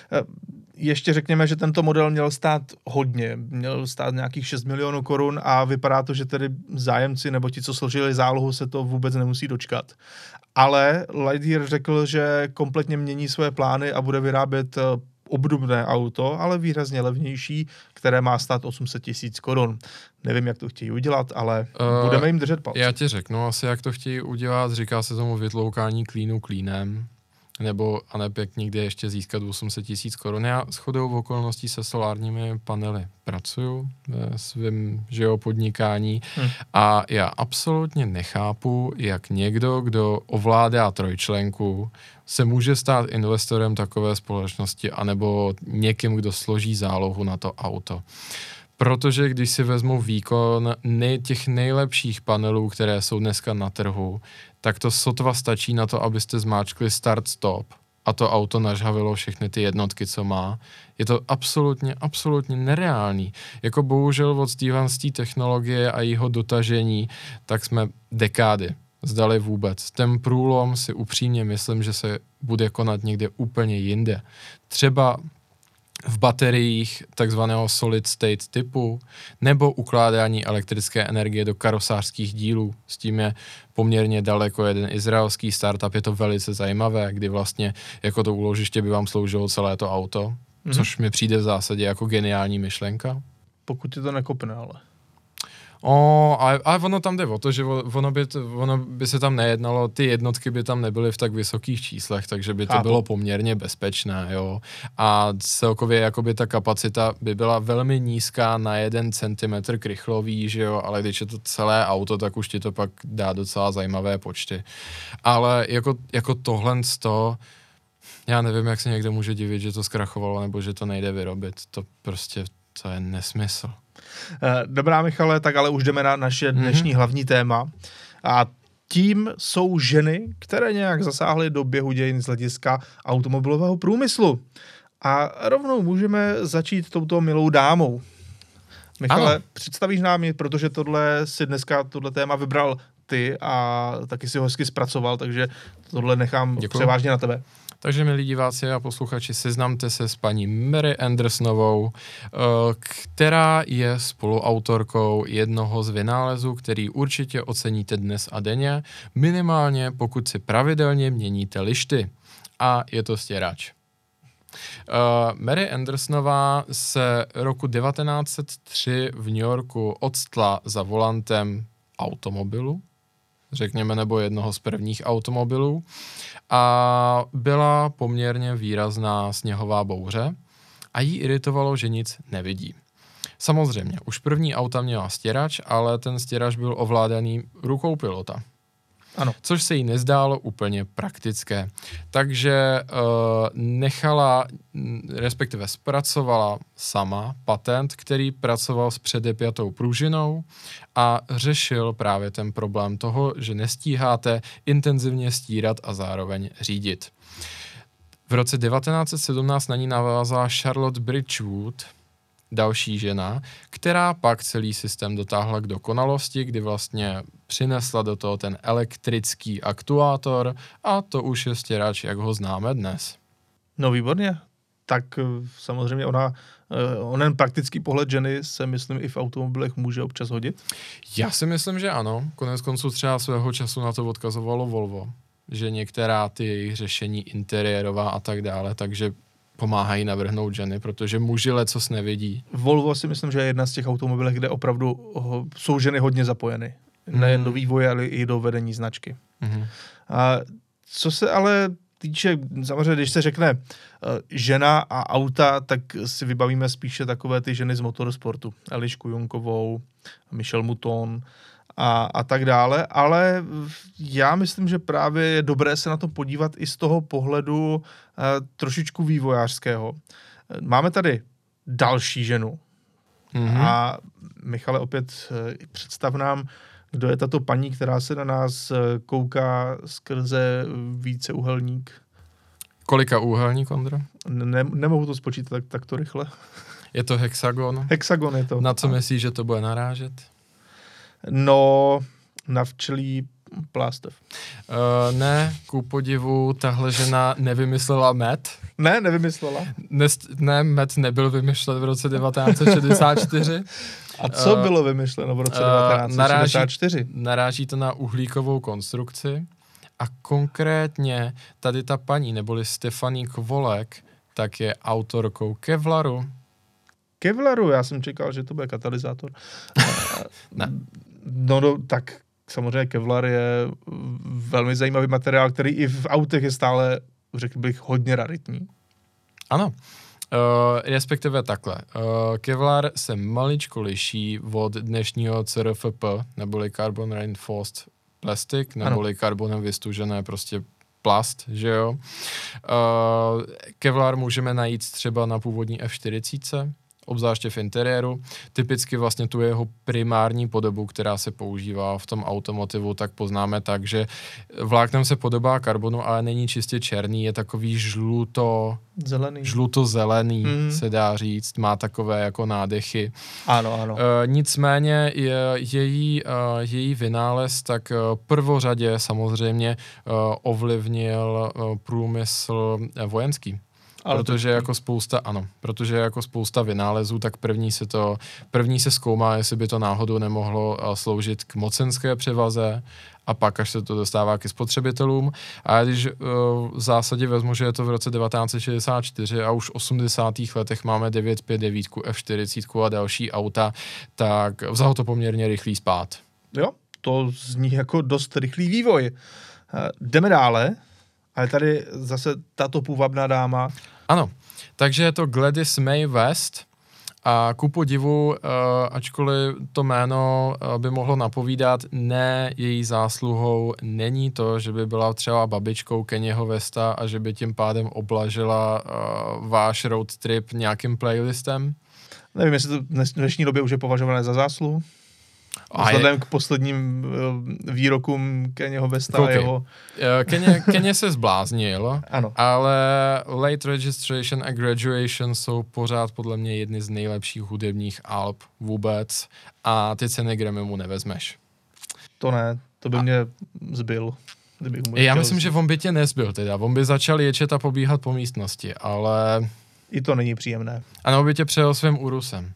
Ještě řekněme, že tento model měl stát hodně. Měl stát nějakých šest milionů korun a vypadá to, že tedy zájemci nebo ti, co složili zálohu, se to vůbec nemusí dočkat. Ale Lightyear řekl, že kompletně mění své plány a bude vyrábět obdobné auto, ale výrazně levnější, které má stát osm set tisíc korun. Nevím, jak to chtějí udělat, ale uh, budeme jim držet palce. Já ti řeknu asi, jak to chtějí udělat. Říká se tomu vytloukání klínu klínem, nebo a ne jak někde ještě získat osm set tisíc korun. Já shodou v okolností se solárními panely pracuju ve svém podnikání hmm. a já absolutně nechápu, jak někdo, kdo ovládá trojčlenku, se může stát investorem takové společnosti anebo někým, kdo složí zálohu na to auto. Protože když si vezmu výkon nej, těch nejlepších panelů, které jsou dneska na trhu, tak to sotva stačí na to, abyste zmáčkli start-stop a to auto nažhavilo všechny ty jednotky, co má. Je to absolutně, absolutně nereálný. Jako bohužel od téhle technologie a jeho dotažení, tak jsme dekády zdali vůbec. Ten průlom si upřímně myslím, že se bude konat někde úplně jinde. Třeba v bateriích takzvaného solid state typu nebo ukládání elektrické energie do karosářských dílů. S tím je poměrně daleko jeden izraelský startup, je to velice zajímavé, kdy vlastně jako to úložiště by vám sloužilo celé to auto, mm-hmm. což mi přijde v zásadě jako geniální myšlenka. Pokud ti to nekopne, ale... O, ale, ale ono tam jde o to, že ono by, to, ono by se tam nejednalo, ty jednotky by tam nebyly v tak vysokých číslech, takže by to Chápu. bylo poměrně bezpečné, jo. A celkově jakoby ta kapacita by byla velmi nízká na jeden centimetr krychlový, že jo, ale když je to celé auto, tak už ti to pak dá docela zajímavé počty. Ale jako, jako tohle z toho, já nevím, jak se někdo může divit, že to zkrachovalo, nebo že to nejde vyrobit. To prostě, to je nesmysl. Dobrá, Michale, tak ale už jdeme na naše dnešní mm-hmm. hlavní téma. A tím jsou ženy, které nějak zasáhly do běhu dějin z hlediska automobilového průmyslu. A rovnou můžeme začít touto milou dámou. Michale, ano. Představíš nám ji, protože tohle si dneska tohle téma vybral ty a taky si ho hezky zpracoval, takže tohle nechám Děkuju. převážně na tebe. Takže, milí diváci a posluchači, seznamte se s paní Mary Andersonovou, která je spoluautorkou jednoho z vynálezů, který určitě oceníte dnes a denně, minimálně pokud si pravidelně měníte lišty. A je to stěrač. Mary Andersonová se roku devatenáct set tři v New Yorku odstla za volantem automobilu, řekněme, nebo jednoho z prvních automobilů, a byla poměrně výrazná sněhová bouře a jí iritovalo, že nic nevidí. Samozřejmě, už první auta měla stěrač, ale ten stěrač byl ovládaný rukou pilota. Ano. Což se jí nezdálo úplně praktické. Takže uh, nechala, respektive zpracovala sama patent, který pracoval s předepjatou pružinou a řešil právě ten problém toho, že nestíháte intenzivně stírat a zároveň řídit. V roce devatenáct set sedmnáct na ní navázala Charlotte Bridgewood, další žena, která pak celý systém dotáhla k dokonalosti, kdy vlastně přinesla do toho ten elektrický aktuátor a to už je stěrač, jak ho známe dnes. No výborně. Tak samozřejmě ona, onen praktický pohled ženy se myslím i v automobilech může občas hodit? Já si myslím, že ano. Konec konců třeba svého času na to odkazovalo Volvo, že některá ty jejich řešení interiérová a tak dále, takže pomáhají navrhnout ženy, protože muži lecos nevidí. Volvo si myslím, že je jedna z těch automobilek, kde opravdu jsou ženy hodně zapojeny. Mm. Nejen do vývoje, ale i do vedení značky. Mm. A co se ale týče, samozřejmě, když se řekne uh, žena a auta, tak si vybavíme spíše takové ty ženy z motorsportu. Elišku Junkovou, Michelle Mouton a, a tak dále, ale já myslím, že právě je dobré se na to podívat i z toho pohledu eh, trošičku vývojářského. Máme tady další ženu mm-hmm. a Michale, opět eh, představ nám, kdo je tato paní, která se na nás eh, kouká skrze víceúhelník. Kolika úhelník, Ondro? Ne, nemohu to spočítat tak, takto rychle. Je to hexagon? Hexagon je to. Na co myslíš, že to bude narážet? No, na včelí plástev. Uh, ne, ku podivu, tahle žena nevymyslela med. Ne, nevymyslela. Ne, ne med nebyl vymyšlen v roce devatenáct set šedesát čtyři. A co uh, bylo vymyšleno v roce devatenáct set šedesát čtyři? Naráží, naráží to na uhlíkovou konstrukci a konkrétně tady ta paní, neboli Stephanie Kvolek, tak je autorkou Kevlaru. Kevlaru? Já jsem čekal, že to bude katalyzátor. Ne. No, no, tak samozřejmě Kevlar je velmi zajímavý materiál, který i v autech je stále, řekl bych, hodně raritní. Ano. Uh, respektive takhle. Uh, Kevlar se maličko liší od dnešního C R F P, neboli Carbon Reinforced Plastic, neboli ano. karbonem vystužené prostě plast, že jo. Uh, Kevlar můžeme najít třeba na původní F čtyřicet, obzvláště v interiéru. Typicky vlastně tu jeho primární podobu, která se používá v tom automotivu, tak poznáme tak, že vláknem se podobá karbonu, ale není čistě černý, je takový žluto... Zelený. Žluto-zelený, hmm. se dá říct, má takové jako nádechy. Ano, ano. E, nicméně je, její, e, její vynález tak e, prvořadě samozřejmě e, ovlivnil e, průmysl e, vojenský. Ale protože jako spousta, ano, protože jako spousta vynálezů, tak první se to, první se zkoumá, jestli by to náhodou nemohlo sloužit k mocenské převaze a pak, až se to dostává ke spotřebitelům. A když uh, v zásadě vezmu, že je to v roce devatenáct set šedesát čtyři a už v osmdesátých letech máme devět pět devět, F čtyřicet a další auta, tak vzal to poměrně rychlý spád. Jo, to zní jako dost rychlý vývoj. Uh, jdeme dále, ale tady zase tato půvabná dáma. Ano, takže je to Gladys May West a ku podivu, uh, ačkoliv to jméno uh, by mohlo napovídat, ne, její zásluhou není to, že by byla třeba babičkou Kennyho Westa a že by tím pádem oblažila uh, váš road trip nějakým playlistem. Nevím, jestli to v dnešní době už je považované za zásluhu. Vzhledem je... k posledním uh, výrokům Kennyho Westa a jeho... Kenny, Kenny se zbláznil, ano. Ale Late Registration a Graduation jsou pořád podle mě jedny z nejlepších hudebních alb vůbec a ty ceny Grammy mu nevezmeš. To ne, to by a... mě zbyl. Já myslím, že on by tě nezbyl teda, on by začal ječet a pobíhat po místnosti, ale... I to není příjemné. Ano, by tě přejel svým Urusem.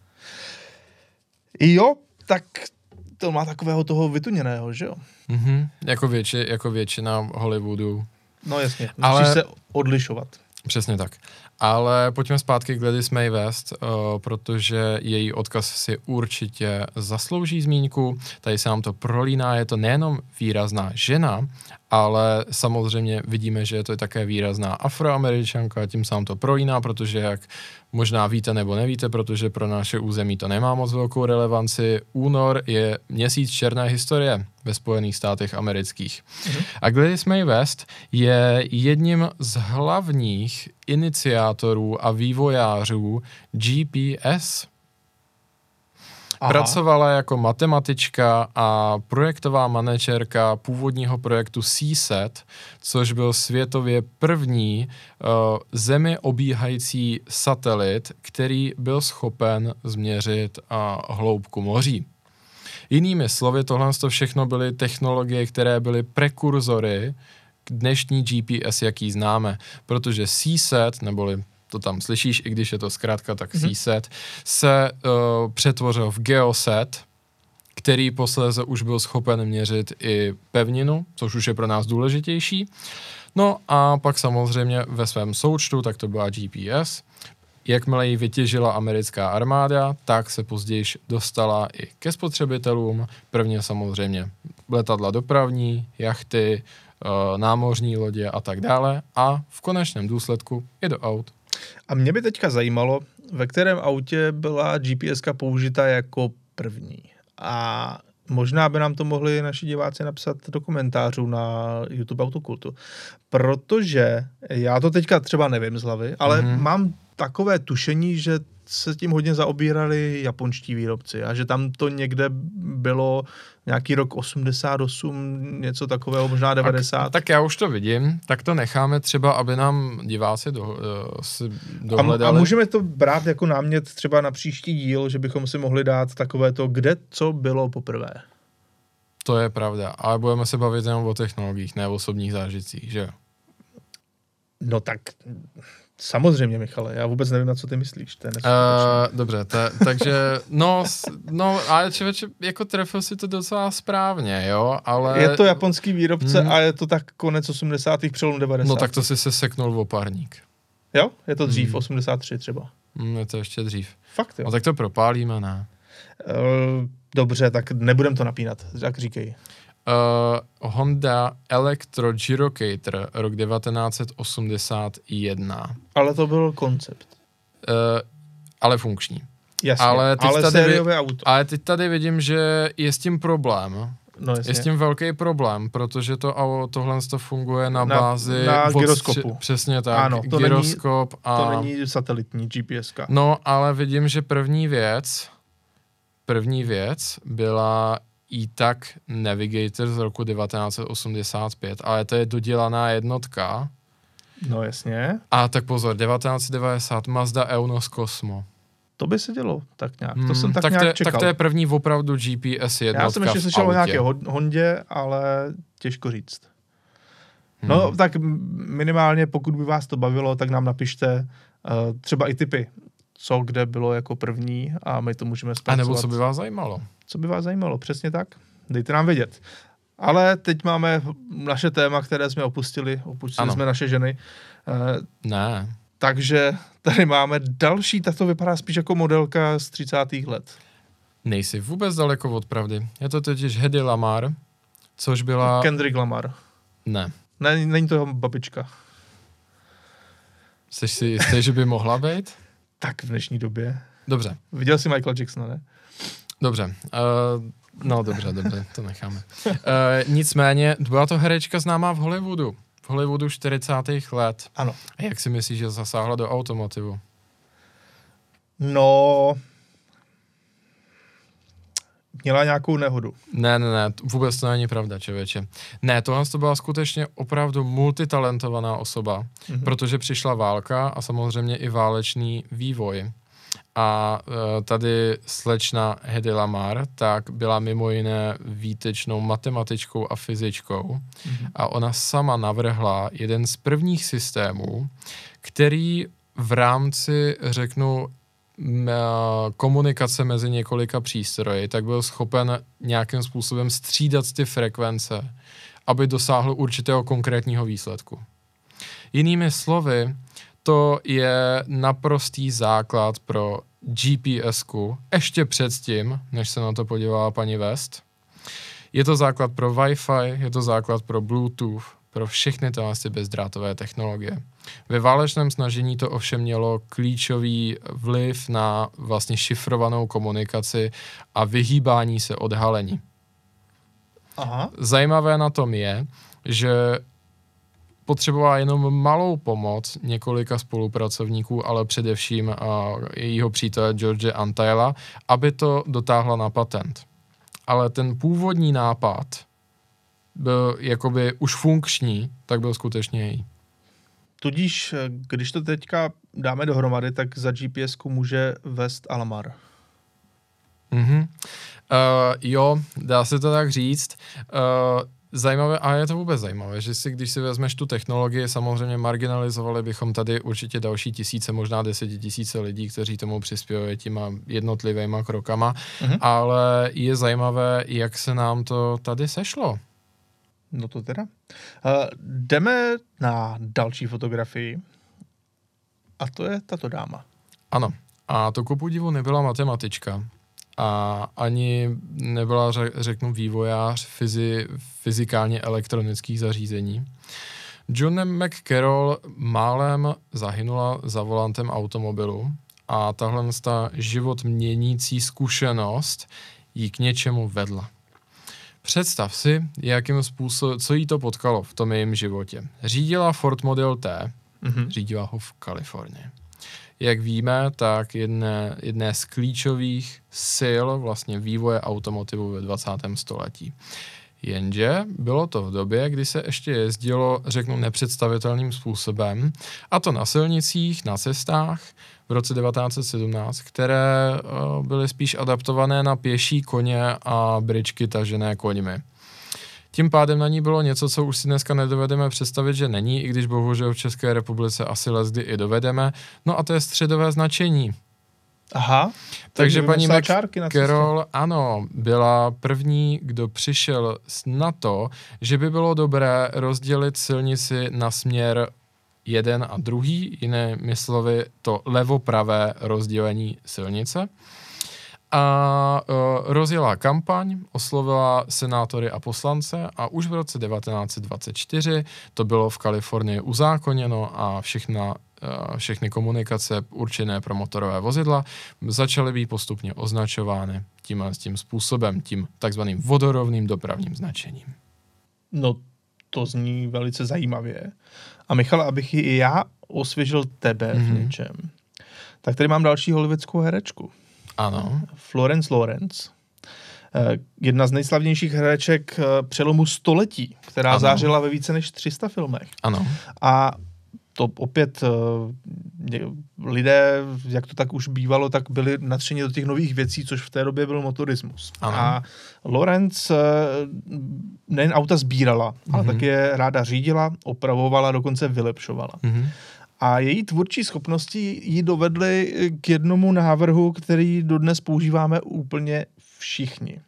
Jo, tak... To má takového toho vytuněného, že jo? Mm-hmm. Jako, větši, jako většina Hollywoodu. No jasně, musíš ale... se odlišovat. Přesně tak. Ale pojďme zpátky k Gladys May West, uh, protože její odkaz si určitě zaslouží zmínku. Tady se nám to prolíná, je to nejenom výrazná žena, ale samozřejmě vidíme, že je to také výrazná Afroameričanka, tím se nám to prolíná, protože jak možná víte nebo nevíte, protože pro naše území to nemá moc velkou relevanci. Únor je měsíc černé historie ve Spojených státech amerických. Mhm. A Gladys May West je jedním z hlavních iniciátorů a vývojářů G P S. Aha. Pracovala jako matematička a projektová manažerka původního projektu C S A T, což byl světově první uh, zemi obíhající satelit, který byl schopen změřit uh, hloubku moří. Jinými slovy, tohle všechno byly technologie, které byly prekurzory k dnešní G P S, jaký známe, protože C S A T, neboli to tam slyšíš, i když je to zkrátka, tak mm-hmm. C S A T, se uh, přetvořil v Geosat, který posléze už byl schopen měřit i pevninu, což už je pro nás důležitější. No a pak samozřejmě ve svém součtu, tak to byla G P S. Jakmile ji vytěžila americká armáda, tak se později dostala i ke spotřebitelům. Prvně samozřejmě letadla dopravní, jachty, uh, námořní lodě a tak dále. A v konečném důsledku i do aut. A mě by teďka zajímalo, ve kterém autě byla G P S ka použita jako první. A Možná by nám to mohli naši diváci napsat do komentářů na YouTube Autokultu. Protože já to teďka třeba nevím z hlavy, ale mm-hmm. mám takové tušení, že se tím hodně zaobírali japonští výrobci a že tam to někde bylo nějaký rok osmdesát osm, něco takového, možná devadesát. Tak, tak já už to vidím, tak to necháme třeba, aby nám diváci do, uh, si dohledali. A, a můžeme to brát jako námět třeba na příští díl, že bychom si mohli dát takové to, kde co bylo poprvé. To je pravda, ale budeme se bavit jenom o technologiích, ne o osobních zážitcích, že jo? No tak... Samozřejmě, Michale, já vůbec nevím, na co ty myslíš. To je uh, dobře, ta, takže, no, no, ale člověče, jako trefil si to docela správně, jo, ale... Je to japonský výrobce hmm. a je to tak konec osmdesátých přelom devadesátých. No tak to si se seknul v opárník. Jo? Je to dřív, hmm. osmdesát tři třeba. Hmm, je to ještě dřív. Fakt jo. No tak to propálíme, ne? Uh, dobře, tak nebudem to napínat, tak říkej. Uh, Honda Electro Girocator, rok devatenáct osmdesát jedna. Ale to byl koncept. Uh, ale funkční. Jasně, ale, teď ale tady sériové vi- auto. Ale teď tady vidím, že je s tím problém. No, je s tím velký problém, protože to tohle to funguje na, na bázi... Na odstři- gyroskopu. Přesně tak, ano, to gyroskop není, a... To není satelitní G P S ka. No, ale vidím, že první věc, první věc byla E-Tag Navigator z roku devatenáct osmdesát pět, ale to je dodělaná jednotka. No jasně. A tak pozor, devatenáct devadesát Mazda Eunos Cosmo. To by se dělo tak nějak. To hmm, jsem tak, tak nějak to je, čekal. Tak to je první opravdu G P S jednotka. Já jsem ještě slyšel o nějaké Hondě, ale těžko říct. No hmm. tak minimálně, pokud by vás to bavilo, tak nám napište uh, třeba i tipy, co kde bylo jako první a my to můžeme zpracovat. A nebo co by vás zajímalo. Co by vás zajímalo, přesně tak. Dejte nám vědět. Ale teď máme naše téma, které jsme opustili. Opustili ano. jsme naše ženy. Uh, ne. Takže tady máme další, tato vypadá spíš jako modelka z třicátých let. Nejsi vůbec daleko od pravdy. Je to totiž Hedy Lamar, což byla... Kendrick Lamar. Ne. ne není to jeho babička. Jsi si jistý, že by mohla být? Tak v dnešní době. Dobře. Viděl jsi Michaela Jacksona, ne? Dobře. Uh, no dobře, dobře, to necháme. Uh, nicméně, byla to herečka známá v Hollywoodu. V Hollywoodu čtyřicátých let. Ano. A jak si myslíš, že zasáhla do automotivu? No... Měla nějakou nehodu. Ne, ne, ne, vůbec to není pravda, člověče. Ne, tohle to byla skutečně opravdu multitalentovaná osoba, mm-hmm. protože přišla válka a samozřejmě i válečný vývoj. A e, tady slečna Hedy Lamar, tak byla mimo jiné výtečnou matematičkou a fyzičkou. Mm-hmm. A ona sama navrhla jeden z prvních systémů, který v rámci, řeknu, komunikace mezi několika přístroji, tak byl schopen nějakým způsobem střídat ty frekvence, aby dosáhl určitého konkrétního výsledku. Jinými slovy, to je naprostý základ pro G P S ku, ještě předtím, než se na to podívala paní West. Je to základ pro Wi-Fi, je to základ pro Bluetooth, pro všechny tyhle bezdrátové technologie. Ve válečném snažení to ovšem mělo klíčový vliv na vlastně šifrovanou komunikaci a vyhýbání se odhalení. Aha. Zajímavé na tom je, že potřebovala jenom malou pomoc několika spolupracovníků, ale především uh, jejího přítele George Antheila, aby to dotáhla na patent. Ale ten původní nápad byl jakoby už funkční, tak byl skutečně její. Tudíž, když to teďka dáme dohromady, tak za G P S ku může West a Lamar. Mhm. Uh, jo, dá se to tak říct. Uh, zajímavé, a je to vůbec zajímavé, že si, když si vezmeš tu technologii, samozřejmě marginalizovali bychom tady určitě další tisíce, možná desetitisíce lidí, kteří tomu přispějí těma jednotlivýma krokama, mhm. ale je zajímavé, jak se nám to tady sešlo. No to teda. Uh, jdeme na další fotografii a to je tato dáma. Ano. A to ku podivu nebyla matematička a ani nebyla, řeknu, vývojář fyzi, fyzikálně elektronických zařízení. Joanne McCarroll málem zahynula za volantem automobilu a tahle ta život měnící zkušenost jí k něčemu vedla. Představ si, jakým způsobem, co jí to potkalo v tom jejím životě. Řídila Ford Model T, mm-hmm. řídila ho v Kalifornii. Jak víme, tak jedné, jedné z klíčových sil vlastně vývoje automotivu ve dvacátém století. Jenže bylo to v době, kdy se ještě jezdilo, řeknu, nepředstavitelným způsobem, a to na silnicích, na cestách v roce devatenáct set sedmnáct, které uh, byly spíš adaptované na pěší koně a bryčky tažené koňmi. Tím pádem na ní bylo něco, co už si dneska nedovedeme představit, že není, i když bohužel v České republice asi leckdy i dovedeme, no a to je středové značení. Aha. Takže paní McCarroll, ano, byla první, kdo přišel na to, že by bylo dobré rozdělit silnici na směr jeden a druhý, jinými slovy to levo-pravé rozdělení silnice. A uh, rozjela kampaň, oslovila senátory a poslance a už v roce devatenáct set dvacet čtyři to bylo v Kalifornii uzákoněno a všechna, uh, všechny komunikace určené pro motorové vozidla začaly být postupně označovány tímhle tím způsobem, tím takzvaným vodorovným dopravním značením. No, to zní velice zajímavě. A Michal, abych i já osvěžil tebe mm-hmm. v něčem, tak tady mám další hollywoodskou herečku. Ano. Florence Lawrence. Jedna z nejslavnějších hereček přelomu století, která ano. zářila ve více než tři sta filmech. Ano. A to opět lidé, jak to tak už bývalo, tak byli nadšeni do těch nových věcí, což v té době byl motorismus. Ano. A Lawrence nejen auta sbírala, mm-hmm. ale také ráda řídila, opravovala, dokonce vylepšovala. Mm-hmm. A její tvůrčí schopnosti ji dovedly k jednomu návrhu, který dodnes používáme úplně všichni.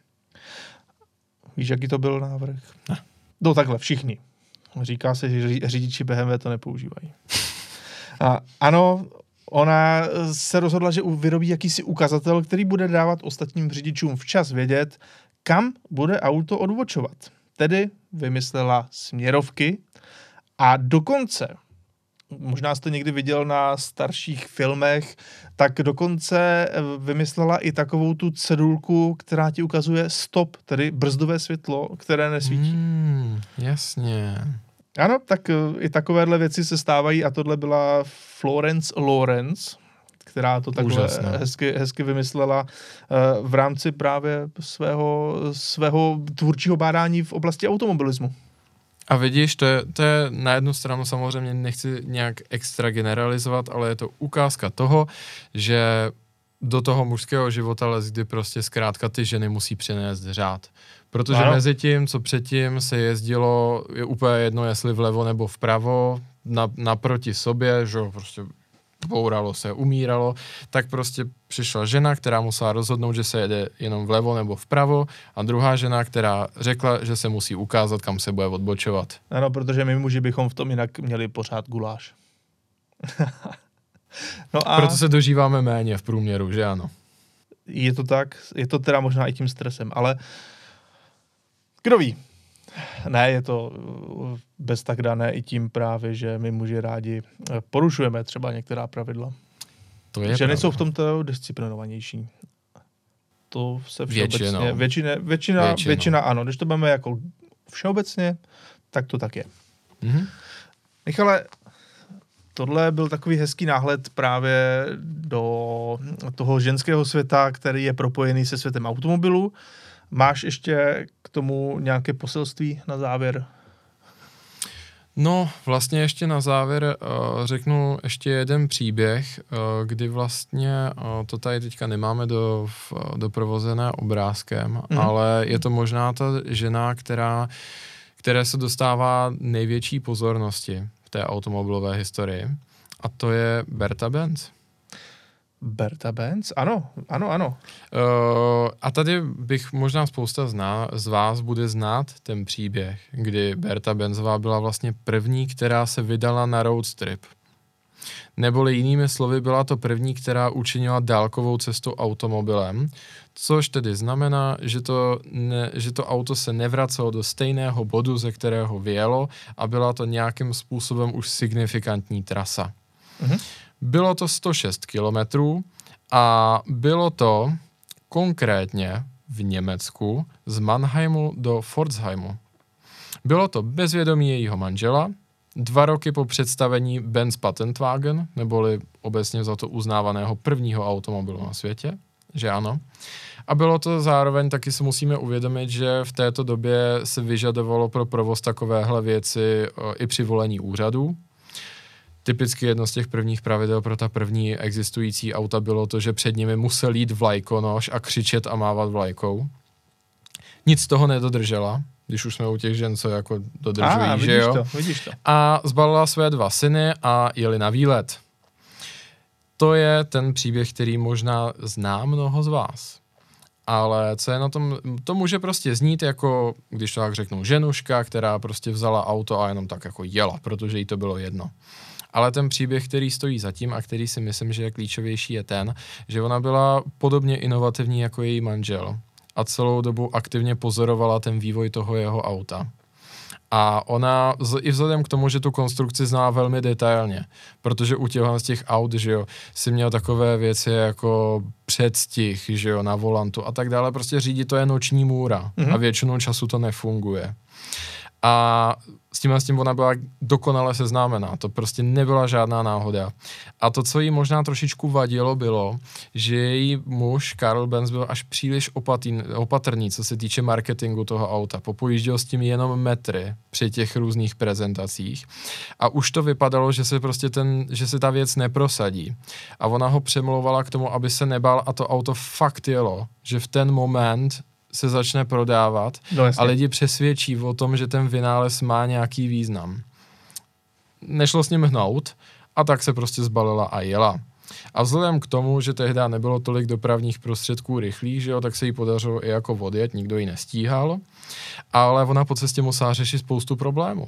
Víš, jaký to byl návrh? Ne. No takhle, všichni. Říká se, že řidiči B M W to nepoužívají. A ano, ona se rozhodla, že vyrobí jakýsi ukazatel, který bude dávat ostatním řidičům včas vědět, kam bude auto odbočovat. Tedy vymyslela směrovky a dokonce, možná jste někdy viděl na starších filmech, tak dokonce vymyslela i takovou tu cedulku, která ti ukazuje stop, tedy brzdové světlo, které nesvítí. Hmm, jasně. Ano, tak i takovéhle věci se stávají a tohle byla Florence Lawrence, která to takhle hezky, hezky vymyslela v rámci právě svého, svého tvůrčího bádání v oblasti automobilismu. A vidíš, to je, to je na jednu stranu samozřejmě nechci nějak extra generalizovat, ale je to ukázka toho, že do toho mužského života kdy prostě zkrátka ty ženy musí přinést řád. Protože ano. mezi tím, co předtím se jezdilo, je úplně jedno, jestli vlevo nebo vpravo, na, naproti sobě, že prostě bouralo se, umíralo, tak prostě přišla žena, která musela rozhodnout, že se jede jenom vlevo nebo vpravo a druhá žena, která řekla, že se musí ukázat, kam se bude odbočovat. Ano, protože my muži bychom v tom jinak měli pořád guláš. No a proto se dožíváme méně v průměru, že ano? Je to tak, je to teda možná i tím stresem, ale kdo ví? Ne, je to bez tak dané i tím právě, že my muži rádi porušujeme třeba některá pravidla. To je Ženy jsou v tomto disciplinovanější. To se všeobecně, většinou. Většina, většina, většina ano. Když to budeme jako všeobecně, tak to tak je. Mm-hmm. Michale, tohle byl takový hezký náhled právě do toho ženského světa, který je propojený se světem automobilů. Máš ještě k tomu nějaké poselství na závěr? No, vlastně ještě na závěr uh, řeknu ještě jeden příběh, uh, kdy vlastně uh, to tady teďka nemáme do, uh, doprovozené obrázkem, mm. ale je to možná ta žena, která, které se dostává největší pozornosti v té automobilové historii, a to je Berta Benz. Berta Benz? Ano, ano, ano. Uh, a tady bych možná spousta zná, z vás bude znát ten příběh, kdy Berta Benzová byla vlastně první, která se vydala na road trip. Neboli jinými slovy, byla to první, která učinila dálkovou cestu automobilem, což tedy znamená, že to, ne, že to auto se nevracelo do stejného bodu, ze kterého vyjelo, a byla to nějakým způsobem už signifikantní trasa. Mhm. Bylo to sto šest kilometrů a bylo to konkrétně v Německu z Mannheimu do Pforzheimu. Bylo to bez vědomí jejího manžela, dva roky po představení Benz Patentwagen, neboli obecně za to uznávaného prvního automobilu na světě, že ano. A bylo to zároveň, taky si musíme uvědomit, že v této době se vyžadovalo pro provoz takovéhle věci i přivolení úřadů. Typicky jedno z těch prvních pravidel pro ta první existující auta bylo to, že před nimi musel jít vlajkonoš a křičet a mávat vlajkou. Nic z toho nedodržela, když už jsme u těch žen, co jako dodržují, ah, že jo? To, vidíš to. A zbalila své dva syny a jeli na výlet. To je ten příběh, který možná zná mnoho z vás. Ale co je na tom, to může prostě znít jako, když to tak řeknu, ženuška, která prostě vzala auto a jenom tak jako jela, protože jí to bylo jedno. Ale ten příběh, který stojí zatím a který si myslím, že je klíčovější, je ten, že ona byla podobně inovativní jako její manžel a celou dobu aktivně pozorovala ten vývoj toho jeho auta. A ona, i vzhledem k tomu, že tu konstrukci zná velmi detailně, protože u těchto z těch aut, že jo, si měl takové věci jako předstih, že jo, na volantu a tak dále, prostě řídit to je noční můra mm-hmm. a většinou času to nefunguje. A s tím a s tím ona byla dokonale seznámená, to prostě nebyla žádná náhoda. A to, co jí možná trošičku vadilo, bylo, že její muž Karl Benz byl až příliš opatý, opatrný, co se týče marketingu toho auta. Popojížděl s tím jenom metry při těch různých prezentacích a už to vypadalo, že se prostě ten, že se ta věc neprosadí. A ona ho přemlouvala k tomu, aby se nebál a to auto fakt jelo, že v ten moment se začne prodávat no, a lidi přesvědčí o tom, že ten vynález má nějaký význam. Nešlo s ním hnout a tak se prostě zbalila a jela. A vzhledem k tomu, že tehdy nebylo tolik dopravních prostředků rychlých, že jo, tak se jí podařilo i jako odjet, nikdo ji nestíhal, ale ona po cestě musela řešit spoustu problémů.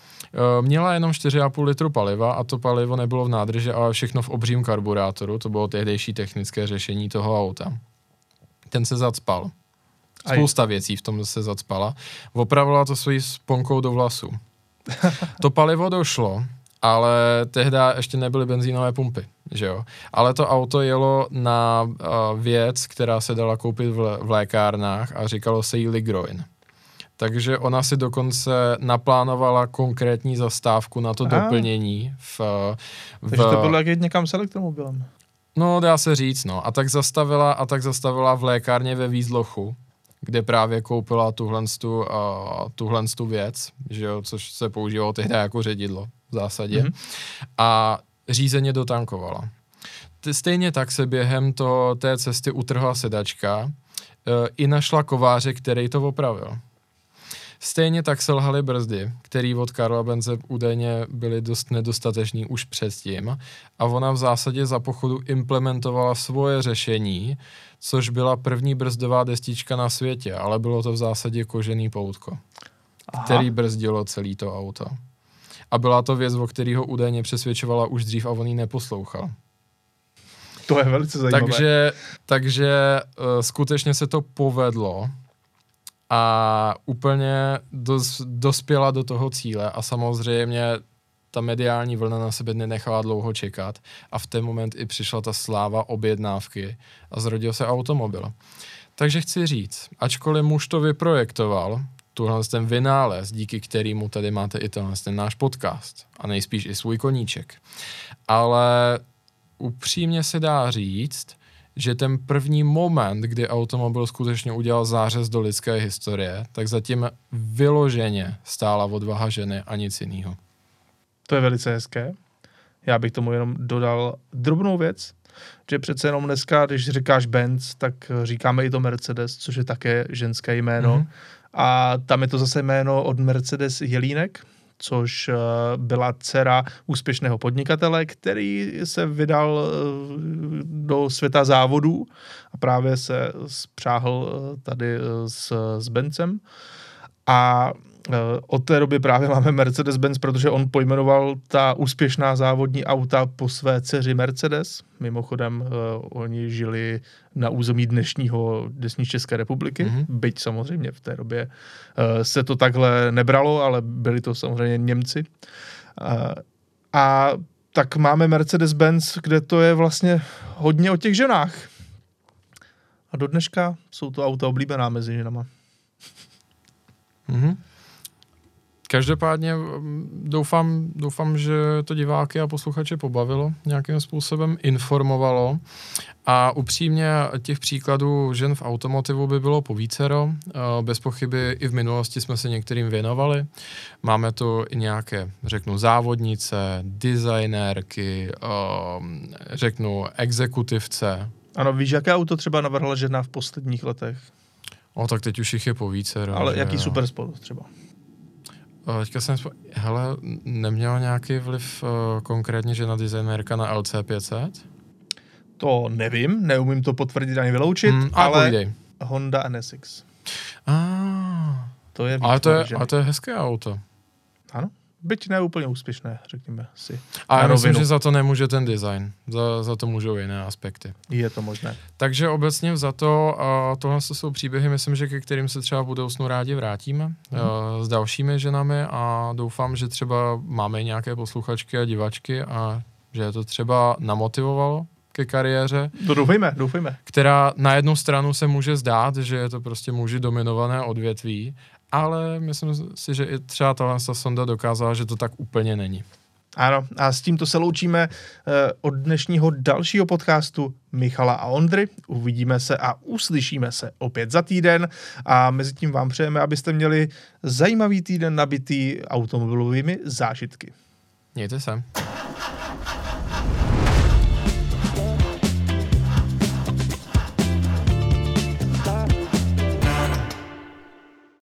Měla jenom čtyři a půl litru paliva a to palivo nebylo v nádrži, ale všechno v obřím karburátoru, to bylo tehdejší technické řešení toho auta. Ten se zacpal. Spousta věcí v tom se zacpala. Opravila to svojí sponkou do vlasů. To palivo došlo, ale tehdy ještě nebyly benzínové pumpy, že jo. Ale to auto jelo na uh, věc, která se dala koupit v, v lékárnách a říkalo se jí Ligroin. Takže ona si dokonce naplánovala konkrétní zastávku na to Aha. doplnění. V, v, Takže to bylo jak jít někam s elektromobilem. No, dá se říct, no. A tak zastavila, a tak zastavila v lékárně ve Výzlochu, kde právě koupila tuhlenstu, uh, tuhlenstu věc, že jo, což se používalo tehdy jako ředidlo v zásadě. Mm-hmm. A řízeně dotankovala. Stejně tak se během to, té cesty utrhla sedačka uh, i našla kováře, který to opravil. Stejně tak selhaly brzdy, který od Karla Benze údajně byly dost nedostatečný už předtím a ona v zásadě za pochodu implementovala svoje řešení, což byla první brzdová destička na světě, ale bylo to v zásadě kožený poutko, Aha. který brzdilo celý to auto. A byla to věc, o kterého údajně přesvědčovala už dřív a on ji neposlouchal. To je velice zajímavé. Takže, takže uh, skutečně se to povedlo a úplně dos, dospěla do toho cíle a samozřejmě ta mediální vlna na sebe nenechala dlouho čekat a v ten moment i přišla ta sláva objednávky a zrodil se automobil. Takže chci říct, ačkoliv muž to vyprojektoval, tuhle ten vynález, díky kterému tady máte i tenhle ten náš podcast a nejspíš i svůj koníček, ale upřímně se dá říct, že ten první moment, kdy automobil skutečně udělal zářez do lidské historie, tak zatím vyloženě stála odvaha ženy a nic jiného. To je velice hezké. Já bych tomu jenom dodal drobnou věc, že přece jenom dneska, když říkáš Benz, tak říkáme i to Mercedes, což je také ženské jméno. Mm-hmm. A tam je to zase jméno od Mercedes Jelínek, což byla dcera úspěšného podnikatele, který se vydal do světa závodů a právě se spřáhl tady s, s Benzem. A od té doby právě máme Mercedes-Benz, protože on pojmenoval ta úspěšná závodní auta po své dceři Mercedes. Mimochodem, uh, oni žili na území dnešního, dnešní České republiky, mm-hmm. byť samozřejmě v té době uh, se to takhle nebralo, ale byli to samozřejmě Němci. Uh, a tak máme Mercedes-Benz, kde to je vlastně hodně o těch ženách. A do dneška jsou to auta oblíbená mezi ženama. Mhm. Každopádně doufám, doufám, že to diváky a posluchače pobavilo, nějakým způsobem informovalo a upřímně těch příkladů žen v automotivu by bylo povícero. Bez pochyby i v minulosti jsme se některým věnovali. Máme tu i nějaké, řeknu, závodnice, designérky, řeknu, exekutivce. Ano, víš, jaké auto třeba navrhla žena v posledních letech? O, tak teď už jich je povícero. Ale jaký supersport třeba? Teďka jsem spo... Hele, neměla nějaký vliv uh, konkrétně žena designérka na L C pět set? To nevím, neumím to potvrdit ani vyloučit, mm, ale povídej. Honda N S X. Ah, to je ale, to je, ale to je hezké auto. Ano, byť ne úplně úspěšné, řekněme si. Ale myslím, že za to nemůže ten design, za, za to můžou jiné aspekty. Je to možné. Takže obecně za to, uh, tohle jsou příběhy, myslím, že ke kterým se třeba v budoucnu rádi vrátíme mm. uh, s dalšími ženami a doufám, že třeba máme nějaké posluchačky a divačky a že je to třeba namotivovalo ke kariéře. To doufejme, doufejme. Která na jednu stranu se může zdát, že je to prostě muži dominované odvětví, ale myslím si, že i třeba tahle sonda dokázala, že to tak úplně není. Ano, a s tímto se loučíme eh, od dnešního dalšího podcastu Michala a Ondry. Uvidíme se a uslyšíme se opět za týden a mezi tím vám přejeme, abyste měli zajímavý týden nabitý automobilovými zážitky. Mějte se.